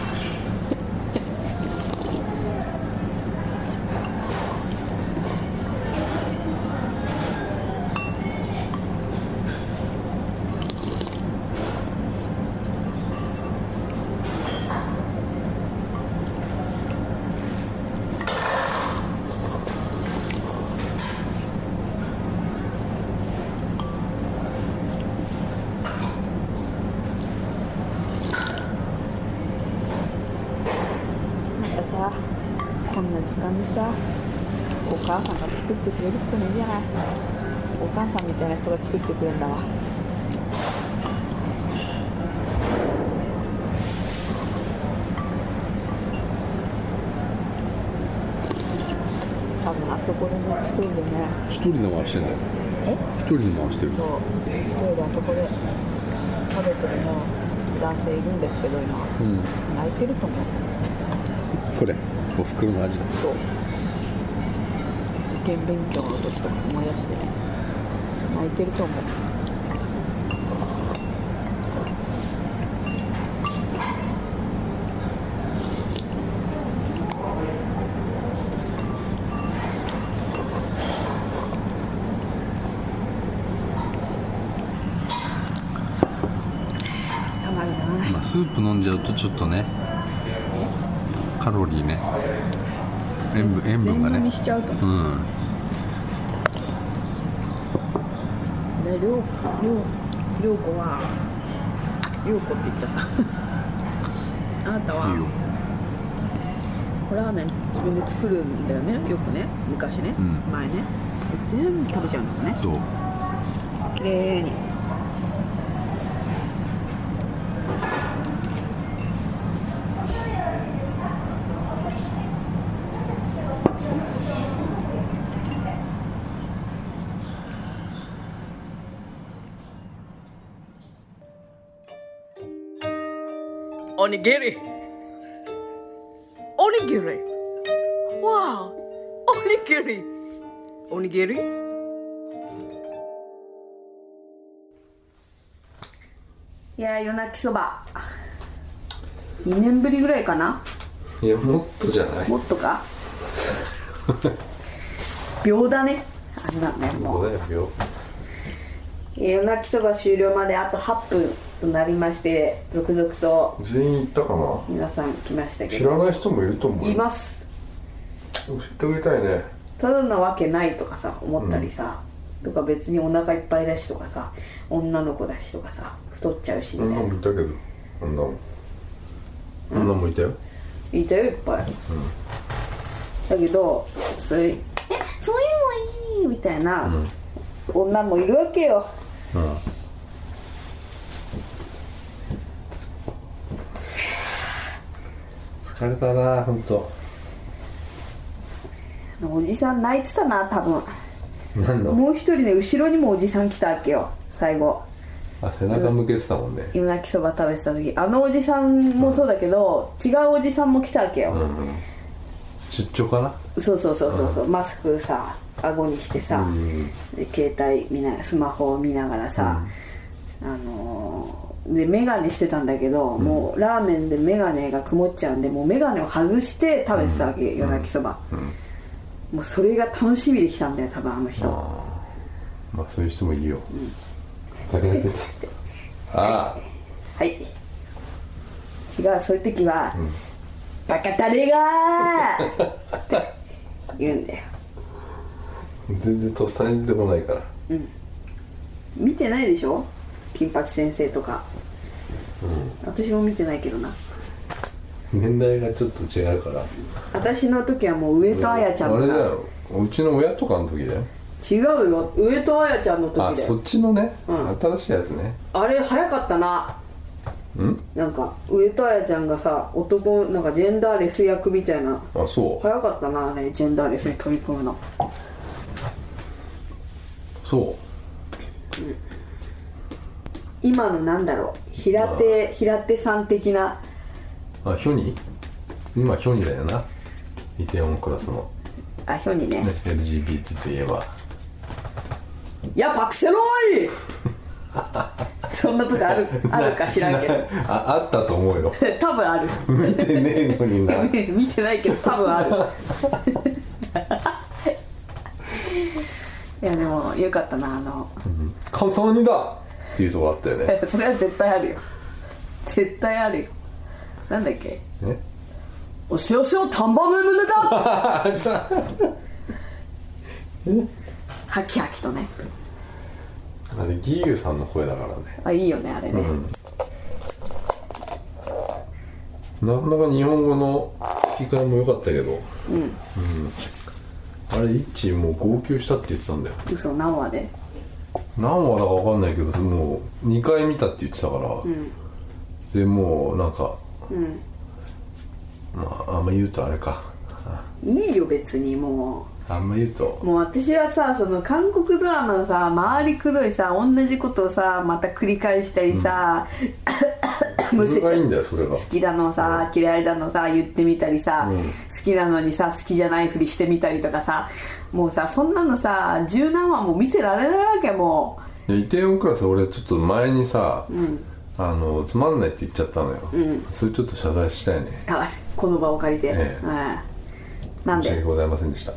こんな時間にさ、お母さんが作ってくれる人もいいじゃない。お母さんみたいな人が作ってくれるんだわ。多分あそこでね、一人でね。 一人で回してんだよ。 え？ 一人で回してる。 そう、一人であそこで食べてるの男性いるんですけど今、うん、泣いてると思う。 これおふくろの味だ。 そう、受験勉強の時とか思い出してね、泣いてると思う。たまるな。 まあスープ飲んじゃうとちょっとね、カロリーね、塩分、塩分がね、 全飲みしちゃうと思う。うん。で、りょう、りょう、りょうこは、りょうこって言っちゃった。あなたはいいよ。ラーメン自分で作るんだよね、よくね、昔ね、うん、前ね。全部食べちゃうんですね。 そう。 きれいに。おにぎりおにぎりわおおにぎりおにぎりいや夜泣きそばにねんぶりぐらいかな。 いやもっとじゃない、 もっとか秒だねあんなね。もう秒夜泣きそば終了まであとはっぷんとなりまして、続々と全員行ったかな。 皆さん来ましたけど、 知らない人もいると思う。 います。 教えてあげたいね。 ただなわけないとかさ思ったりさ、うん、とか別にお腹いっぱいだしとかさ、女の子だしとかさ、太っちゃうしみたいな。 女もいたけど、女も女もいたよ。 いたよいっぱい、うん、だけどそれえそういうのいいみたいな、うん、女もいるわけよ。うん、 疲れたなほんと。 おじさん泣いてたな多分。 何の？ もう一人ね後ろにもおじさん来たわけよ最後。 あ、背中向けてたもんね。 夜泣きそば食べてた時、あのおじさんもそうだけど、うん、違うおじさんも来たわけよ。うんうん、 出張かな。 そうそうそうそう、うん、マスクさ顎にしてさ、うん、で携帯見なスマホを見ながらさ、うん、あのー、でメガネしてたんだけど、うん、もうラーメンでメガネが曇っちゃうんで、もうメガネを外して食べてたわけ、うん、夜泣きそば、うんうん、もうそれが楽しみで来たんだよ多分あの人。 あまあそういう人もいるよ、うん、だけどああはい違う、そういう時は、うん、バカタレがーって言うんだよ。 全然とっさに出てこないから。 うん見てないでしょ金八先生とか、うん、私も見てないけどな。 年代がちょっと違うから。 私の時はもう上戸彩ちゃんとか。 あれだよ、うちの親とかの時だよ。 違うよ、上戸彩ちゃんの時だよ。 あ、そっちのね、うん、新しいやつね。 あれ早かったな。 ん？ なんか上戸彩ちゃんがさ、男なんかジェンダーレス役みたいな。 あ、そう。 早かったな、ね、ジェンダーレスに飛び込むの。 そう、うん、 今のなんだろう、平手平手さん的な。 あ、ヒョニ？今ヒョニだよな、イテウォンクラスの。 あ、ヒョニね。 エルジービーティー といえばやパクセロイそんなとこあるあるか知らんけどあ, あったと思うよ多分ある見てねえのにな見てないけど多分あるいやでもよかったな、あの 「カンサムニだ!」っていうとこあったよねそれは絶対あるよ、絶対あるよ。なんだっけ、 えおしおしおタンバメムネだハキハキとね。 あれギーユさんの声だからね。 あ、いいよねあれね、うん、 なかなか日本語の吹き替えも良かったけど、うん、うん、あれイッチもう号泣したって言ってたんだよ。 嘘、何話で何話だか分かんないけど、もうにかい見たって言ってたから、うん、でもうなんか、うん、まああんま言うとあれか、 いいよ別に、もうあんま言うともう私はさ、その韓国ドラマのさ、回りくどいさ、同じことをさまた繰り返したりさ、 うん、それがいいんだよ、それが好きだのさ、うん、嫌いだのさ言ってみたりさ、うん、好きなのにさ好きじゃないふりしてみたりとかさ、もうさそんなのさ十何話も見てられないわけ。もうイテウォンクラス俺ちょっと前にさ、うん、あのつまんないって言っちゃったのよ、うん、それちょっと謝罪したいね。 あ、この場を借りて、ええ、うん、なんで申し訳ございませんでした。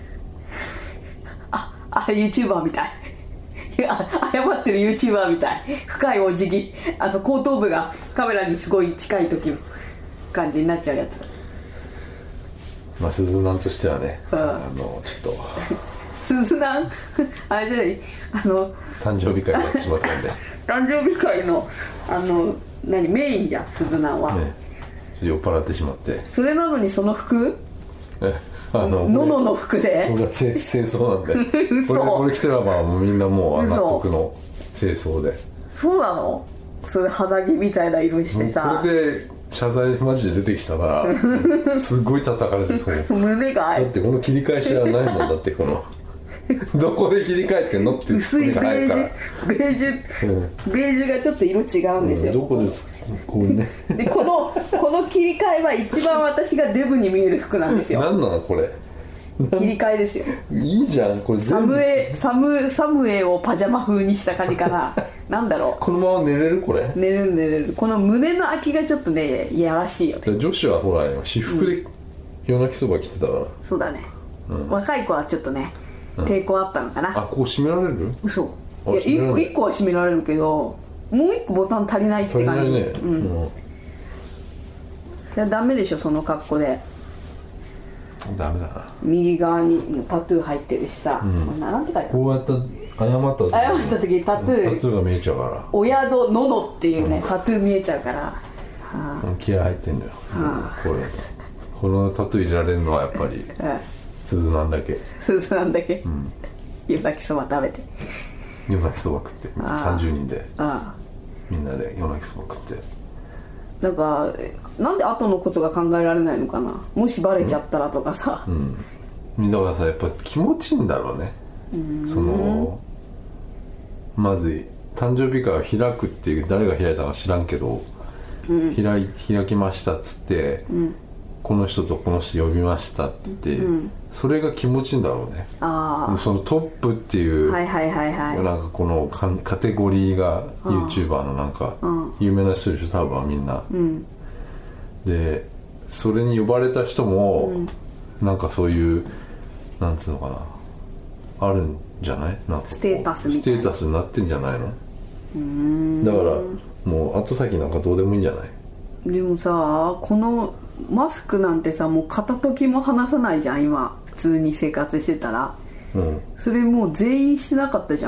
あ、あ YouTuber みたいいや謝ってる YouTuber みたい、深いお辞儀、あの後頭部がカメラにすごい近い時の感じになっちゃうやつ。 まあ鈴なんとしてはね、うん、あのちょっと鈴なんあれじゃない、あの誕生日会になってしまったんで誕生日会のあの何メインじゃん、鈴なんは、ね、 酔っ払ってしまって、 それなのにその服えあのののの服で俺が戦争なんでこれこれ着てればもうみんなもう納得の清掃で。 そうなの？それ肌着みたいな色してさ、 これで謝罪マジで出てきたらすっごい叩かれてそう胸がだってこの切り返しはないもんだって、このどこで切り替えてんのって薄いベージュベージュ、うん、ベージュがちょっと色違うんですよ、 うん、どこでこうねでこのこの切り替えは一番私がデブに見える服なんですよ。 何なのこれ、 切り替えですよ。 いいじゃんこれ全部。 サムエサムサムエをパジャマ風にした感じかななんだろう、 このまま寝れるこれ。 寝れる寝れる。この胸の空きがちょっとねいやらしいよね。 女子はほら私服で夜泣きそば着てたから、うん、 そうだね、うん、若い子はちょっとね抵抗あったのかな、うん、 あ、こう締められる？ 嘘、いやいっこいっこは締められるけどもういっこボタン足りないって感じ。足りないね、うん、うん、いやダメでしょその格好で。 ダメだな。 右側にタトゥー入ってるしさ、うん、なんて書いてある？ こうやった謝った時謝った時タトゥータトゥーが見えちゃうから、 お宿ののっていうね、うん、タトゥー見えちゃうから、はあ、気合入ってんだよ、はあ、これこのタトゥー入れられるのはやっぱり、はあ、鈴なんだけ鈴なんだけ、うん、湯泣きそば食べて夜泣きそば食ってさんじゅうにんでみんなで夜泣きそば食って、 なんかなんで後のことが考えられないのかな、もしバレちゃったらとかさ、うんうん、 だからさやっぱ気持ちいいんだろうね。そのまず誕生日会を開くっていう誰が開いたか知らんけど、うん、開い開きましたっつって、うん、この人とこの人呼びましたって言って、うん、それが気持ちいいんだろうね。あそのトップっていう、はいはいはいはい、なんかこのカテゴリーが YouTuber のなんか有名な人でしょ多分みんな、うん、でそれに呼ばれた人も、うん、なんかそういうなんつうのかなあるんじゃない？なんかステータスみたいなステータスになってんじゃないの？うーんだからもう後先なんかどうでもいいんじゃない？ でもさこのマスクなんてさもう片時も離さないじゃん今普通に生活してたら、うん、それもう全員してなかったじゃん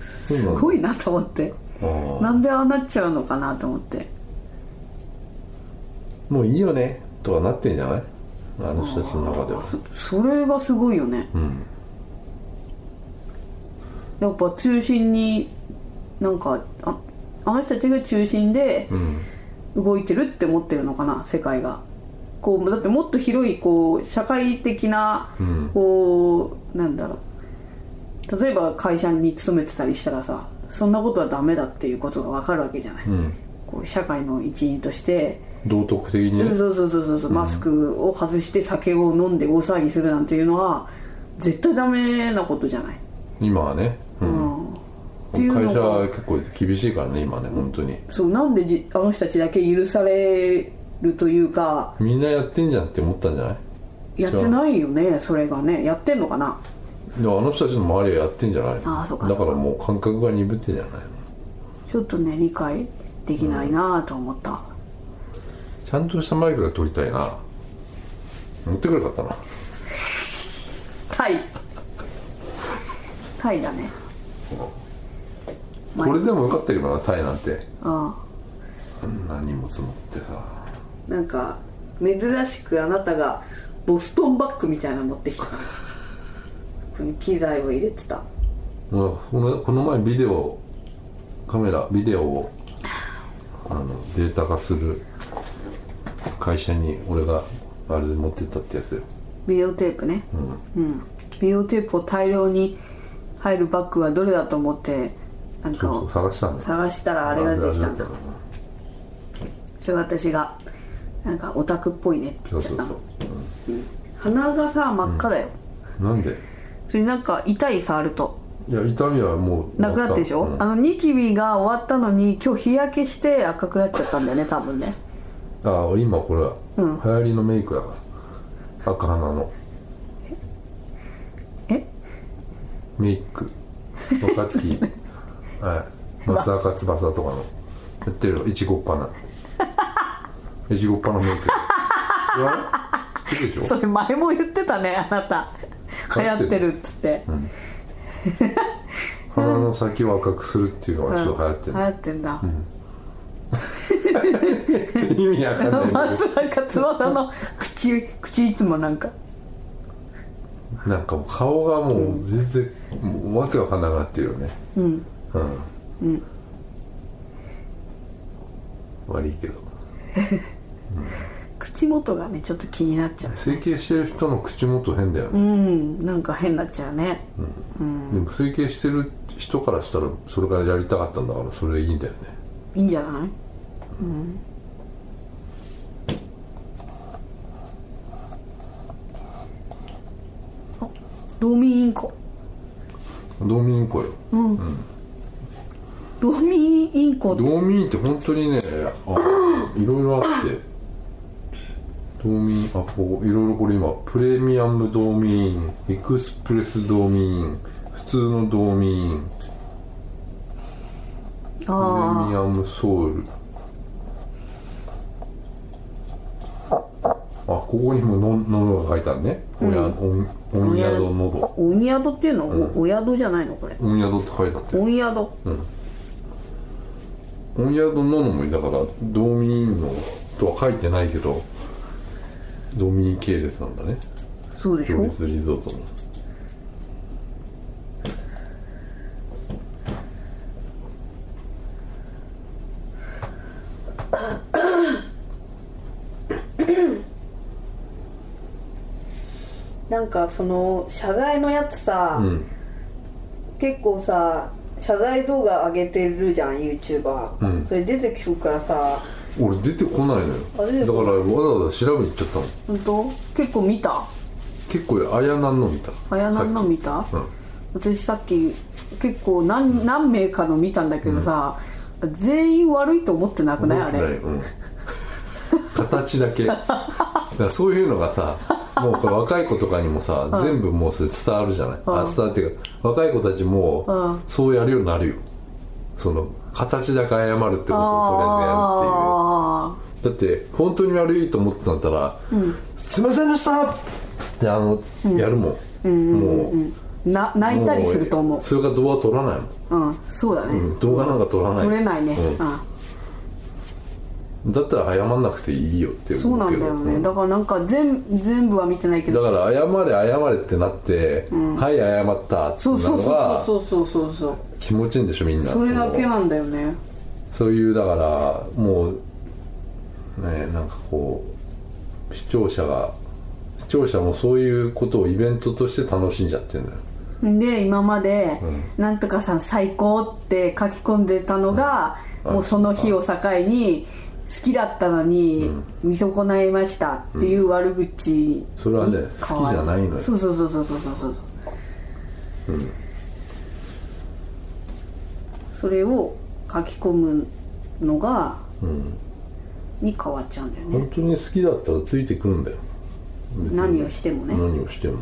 すごいなと思って、なんでああなっちゃうのかなと思って。 もういいよねとはなってんじゃない、あの人たちの中では。 そ, それがすごいよね、 うん、 やっぱ中心になんか あ, あの人たちが中心で動いてるって思ってるのかな、世界が。こうだってもっと広いこう社会的な、うん、こうなんだろう、例えば会社に勤めてたりしたらさ、そんなことはダメだっていうことが分かるわけじゃない、うん、こう社会の一員として道徳的にね、 そうそうそうそう、うん、マスクを外して酒を飲んで大騒ぎするなんていうのは絶対ダメなことじゃない今はね、うん、うん、っていうのが会社は結構厳しいからね今ね、本当に。 そう、なんでじあの人たちだけ許されるというか、 みんなやってんじゃんって思ったんじゃない？ やってないよね、それがね。やってんのかな。 でもあの人たちの周りはやってんじゃない？ ああ、そうか。 だからもう感覚が鈍ってんじゃないの。 ちょっとね理解できないなと思った、うん、 ちゃんとしたマイクが撮りたいな。持ってくればよかったな。 タイタイだね。 これでもよかったけどな、タイなんて。 ああんな荷物持ってさ、 なんか珍しくあなたがボストンバッグみたいなの持ってきたからここに機材を入れてた。 この、この前ビデオカメラビデオをあのデータ化する会社に俺があれで持ってったってやつよ。 ビデオテープね、うんうん、ビデオテープを大量に入るバッグはどれだと思ってなんかをそうそう探したんだ。 探したらあれが出てきたんだ。それ私がなんかオタクっぽいねって言っちゃったの。そうそうそう、うんうん、鼻がさ真っ赤だよ、 うん、なんで？ それなんか痛い触ると。 いや痛みはもうなくなってでしょ、うん、あのニキビが終わったのに今日日焼けして赤くなっちゃったんだよね多分ね。 ああ今これは、うん、流行りのメイクだから赤鼻のえメイク若槻はい松坂翼とかのやってるよ、いちごっぱないちごっぱのメイク知ってるでしょ。 それ前も言ってたねあなた流行ってるっつって、うん、 鼻の先を赤くするっていうのがちょっと流行ってる、 うん、流行ってんだ、 うん、意味わかんないんだけど松坂翼の口口いつもなんかなんかもう顔がもう全然、うん、もうわけわかんなくなってるよね。うんうんうん、悪いけど、うん、 口元がねちょっと気になっちゃう。 整形してる人の口元変だよね。 うんなんか変になっちゃうね、うんうん、 でも整形してる人からしたらそれがやりたかったんだからそれでいいんだよね。 いいんじゃない、うん、あドーミーインコドーミーインコよ、うんうん、 ドーミーインコドーミーって本当にねあいろいろあってドーミーあこういろいろこれ今プレミアムドーミーンエクスプレスドーミーン普通のドーミーンプレミアムソウルあここにもののが書いてあるね。おや、うん、おんやどのどおんやどっていうの、うん、お宿じゃないのこれ。 おんやどって書いてあっておんやどうんおんやどののもだからドーミーンのとは書いてないけどドーミー系列なんだね。 そうでしょ強烈リゾートのなんかその謝罪のやつさ、うん、結構さ謝罪動画上げてるじゃん YouTuber、うん、それ出てくるからさ俺出てこないのよ。だからわざわざ調べに行っちゃったの。 本当？結構見た？ 結構あやなんの見た。 あやなんの見た？うん、私さっき結構 何,、うん、何名かの見たんだけどさ、うん、全員悪いと思ってなくないあれ、うん、 形だけだからそういうのがさもうこれ若い子とかにもさ、うん、全部もうそれ伝わるじゃない、うん、あ伝わるっていうか若い子たちも、うん、そうやるようになるよ。その形だけ謝るってことをトレンドやるっていう。だって本当に悪いと思ってたんだったら、うん、すいませんでしたってあの、うん、やるもん、うん、もう、うん、 な泣いたりすると思う。 それから動画撮らないもん。 うん、そうだね、 うん、動画なんか撮らない。 撮れないね、 うん、だったら謝んなくていいよってそうなんだよね、うん、だからなんか 全, 全部は見てないけど、 だから謝れ謝れってなって、うん、はい謝ったってなのがそうそうそうそうそう気持ちいいんでしょみんな。 それだけなんだよね。 そういうだからもうね、なんかこう視聴者が視聴者もそういうことをイベントとして楽しんじゃってるんだよ。 で今まで、うん、なんとかさん最高って書き込んでたのが、うん、もうその日を境に好きだったのに、うん、見損ないましたっていう悪口に、うん、 それはね好きじゃないのよ。 そうそうそうそうそうそうそう、うん、それを書き込むのが、うん、に変わっちゃうんだよね。 本当に好きだったらついてくるんだよ。 何をしてもね。 何をしても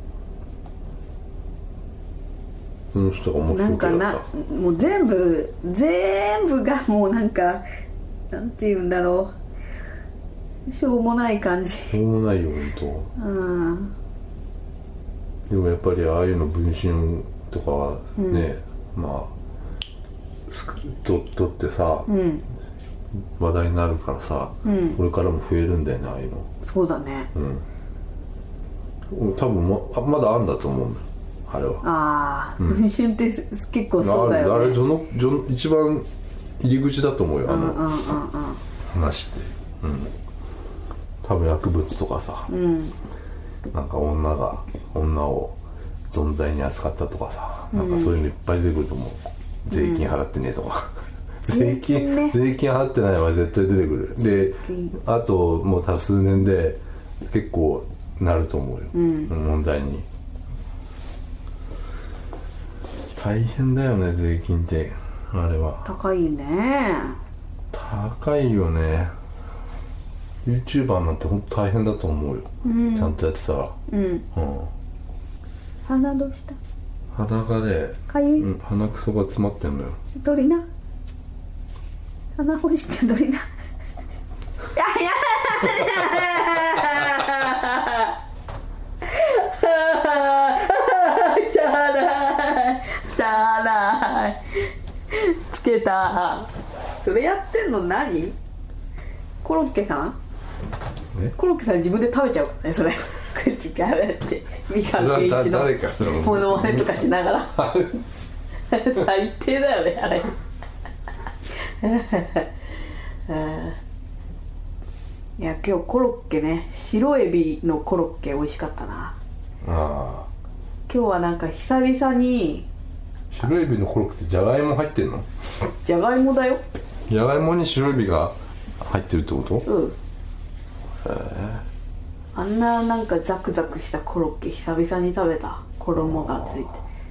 その人が面白いからさ、 なんかなもう全部全部がもうなんかなんて言うんだろう、しょうもない感じ。 しょうもないよ本当。うん。でもやっぱりああいうの文春とかはね、うん、まあととってさ、うん、話題になるからさ、うん、これからも増えるんだよねああいうの。 そうだね。 うん。多分 ま, まだあるんだと思うんだよ。あれはああ、うん、文春って結構そうだよね。 あれ、あれその一番入り口だと思うよ、あの、 うんうんうんうん、 話って、うん、多分薬物とかさ、うん、なんか女が女を存在に扱ったとかさ、なんかそういうのいっぱい出てくると思う、うん、税金払ってねえとか、うん、税金、ね、税金払ってないのは絶対出てくる。で、あともう多分数年で結構なると思うよ、うん、問題に。大変だよね税金って。あれは高いね。 高いよね。 YouTuber なんてほんと大変だと思うよ、うん、ちゃんとやってたら、うんうん、 鼻どうした？ 鼻がねかゆい、 うん、鼻くそが詰まってんのよ。 取りな、鼻ほじって取りな。いやいやつけた。それやってんの何？コロッケさん？コロッケさん自分で食べちゃうからねそれ。こうやってギャルって三上健一のモノマネとかしながら最低だよねあれ。いや今日コロッケね、白エビのコロッケ美味しかったな。あ今日はなんか久々に。 白エビのコロッケってじゃがいも入ってんの？ じゃがいもだよ。 じゃがいもに白エビが入ってるってこと？うん。へえ。あんななんかザクザクしたコロッケ久々に食べた。衣がついて。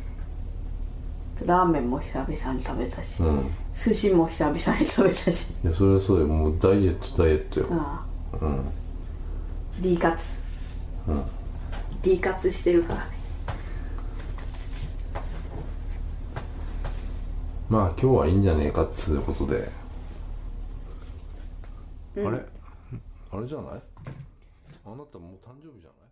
ラーメンも久々に食べたし、うん、寿司も久々に食べたし。 いやそれはそうだよ、もうダイエットダイエットよ。ああ、うん。 D カツ。うん。D カツしてるからね。 まあ今日はいいんじゃねえかっつうことで、うん、あれあれじゃない？あなたもう誕生日じゃない？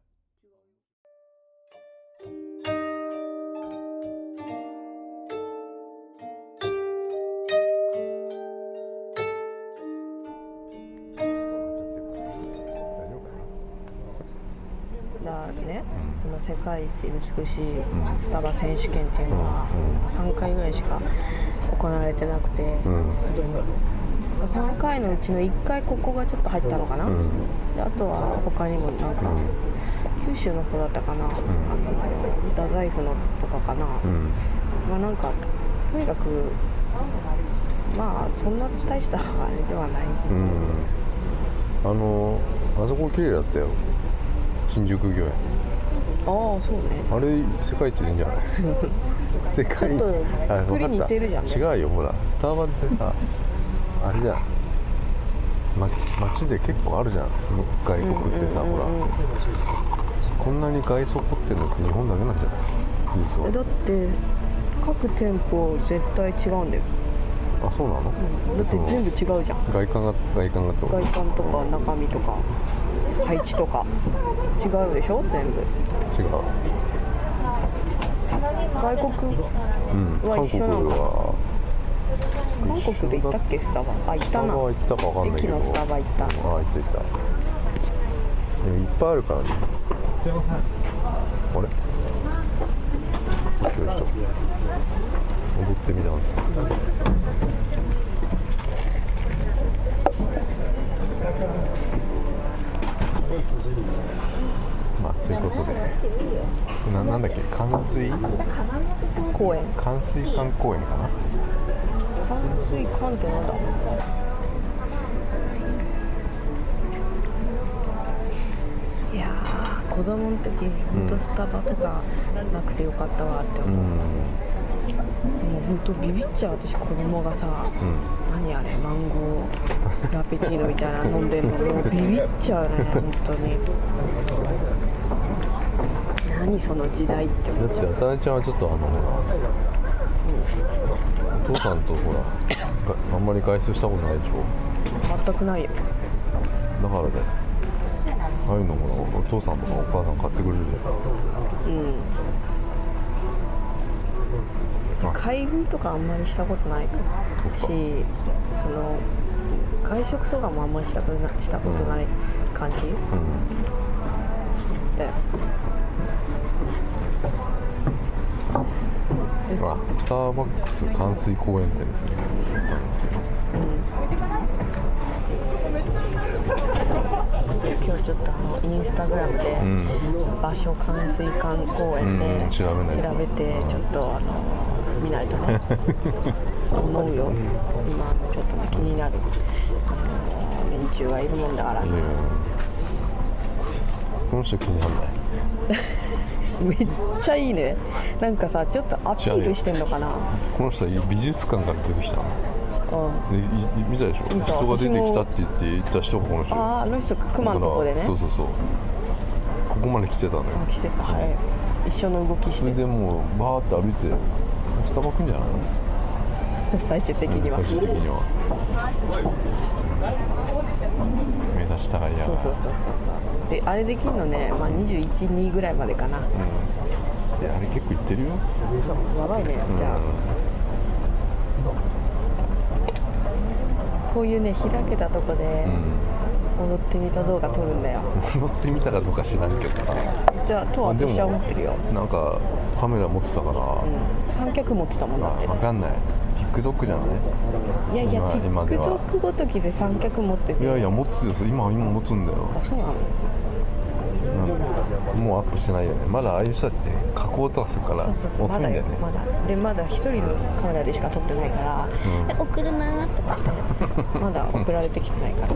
だね、その世界一美しいスタバ選手権っていうのはさんかいぐらいしか行われてなくて、うん、さんかいのうちのいっかいここがちょっと入ったのかな、うん、であとは他にもなんか、うん、九州の方だったかな、うん、あの太宰府のとかかな、うん、まあなんかとにかくまあそんな大したあれではない、うん、 あのあそこ綺麗だったよ、新宿御苑。 ああそうね。 あれ世界一でいいんじゃない？世界一。ちょっと作り似てるじゃん、ね。違うよ、ほらスタバってさあれじゃん、ま、街で結構あるじゃん外国ってさ、ほらこんなに外装凝ってるのって日本だけなんじゃない？ だって各店舗絶対違うんだよ。 あ、そうなの？ うん、だって全部違うじゃん。 外観が外観がと外観とか中身とか配置とか違うでしょ、全部。 違う。 外国うんは韓国一緒なのは韓国で行ったっけスタバあ行ったなスタバは行ったかわかんないけど駅のスタバ行ったああ行った行ったでもいっぱいあるからねあれよいしょ踊ってみたんだまあということでな、なんだっけ関水公園関水館公園かな関水館ってなんだいやー子供の時ほんとスタバとかなくてよかったわって思う、 うんもうほんとビビっちゃう私子供がさ、 うん、 何あれマンゴーラペチーノみたいなの飲んでんのもうビビっちゃうね本当に何その時代って思っちゃうだってあたねちゃんはちょっとあのほら、うん、お父さんとほらあんまり外出したことないでしょ全くないよだからねああいうのもお父さんとかお母さん買ってくれるじゃんうん買い食いとかあんまりしたことないしその外食とかもあんまりしたことなしたことない感じ、うん、であスターバックス関水公園店ですね今日ちょっとあのインスタグラムで、うん、場所関水館公園で、 うん、調べないと調べてちょっとあの見ないとね思うよ今ちょっとね気になる連中がいるもんだからさ、うん、 この人気にならないめっちゃいいねなんかさちょっとアピールしてんのかなこの人は美術館から出てきたので見たでしょ人が出てきたって言って言った人がこの人あああの人熊のとこでねそうそうそうここまで来てたのよ来てたはい一緒の動きしてそれでもうバーって歩いてスタバ来んじゃないの最終的には、 うん、最終的には目指したがりやそうそうそうそうであれできるのね、まあ、にじゅういち、にぐらいまでかな、うん、 であれ結構いってるよやばいね、うん、じゃあこういうね開けたとこで踊ってみた動画撮るんだよ、 うん、踊ってみたかどうか知らんけどさじゃあとは私は思ってるよなんかカメラ持ってたから、うん、 三脚持ってたもんだって分かんない TikTok じゃないいやいや TikTok ごときで三脚持ってていやいや持つよ今今持つんだよあそうなのうん、もうアップしてないよねまだああいう人だって加工とかするから遅いんだよねまだでまだ一人のカメラでしか撮ってないから、うん、送るなーとかってまだ送られてきてないから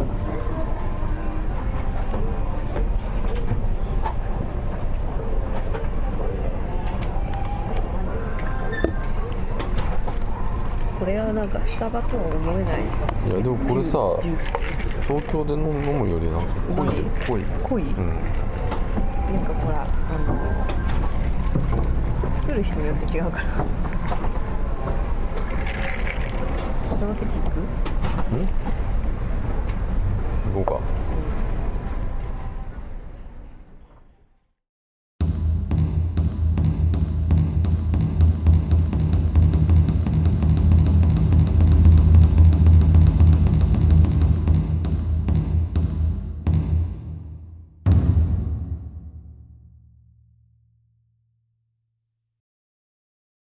これはなんかスタバとは思えないいやでもこれさ東京で飲むよりなんか濃い濃い濃い、うんなんかほら、あの作る人によって違うからその席行く？ ん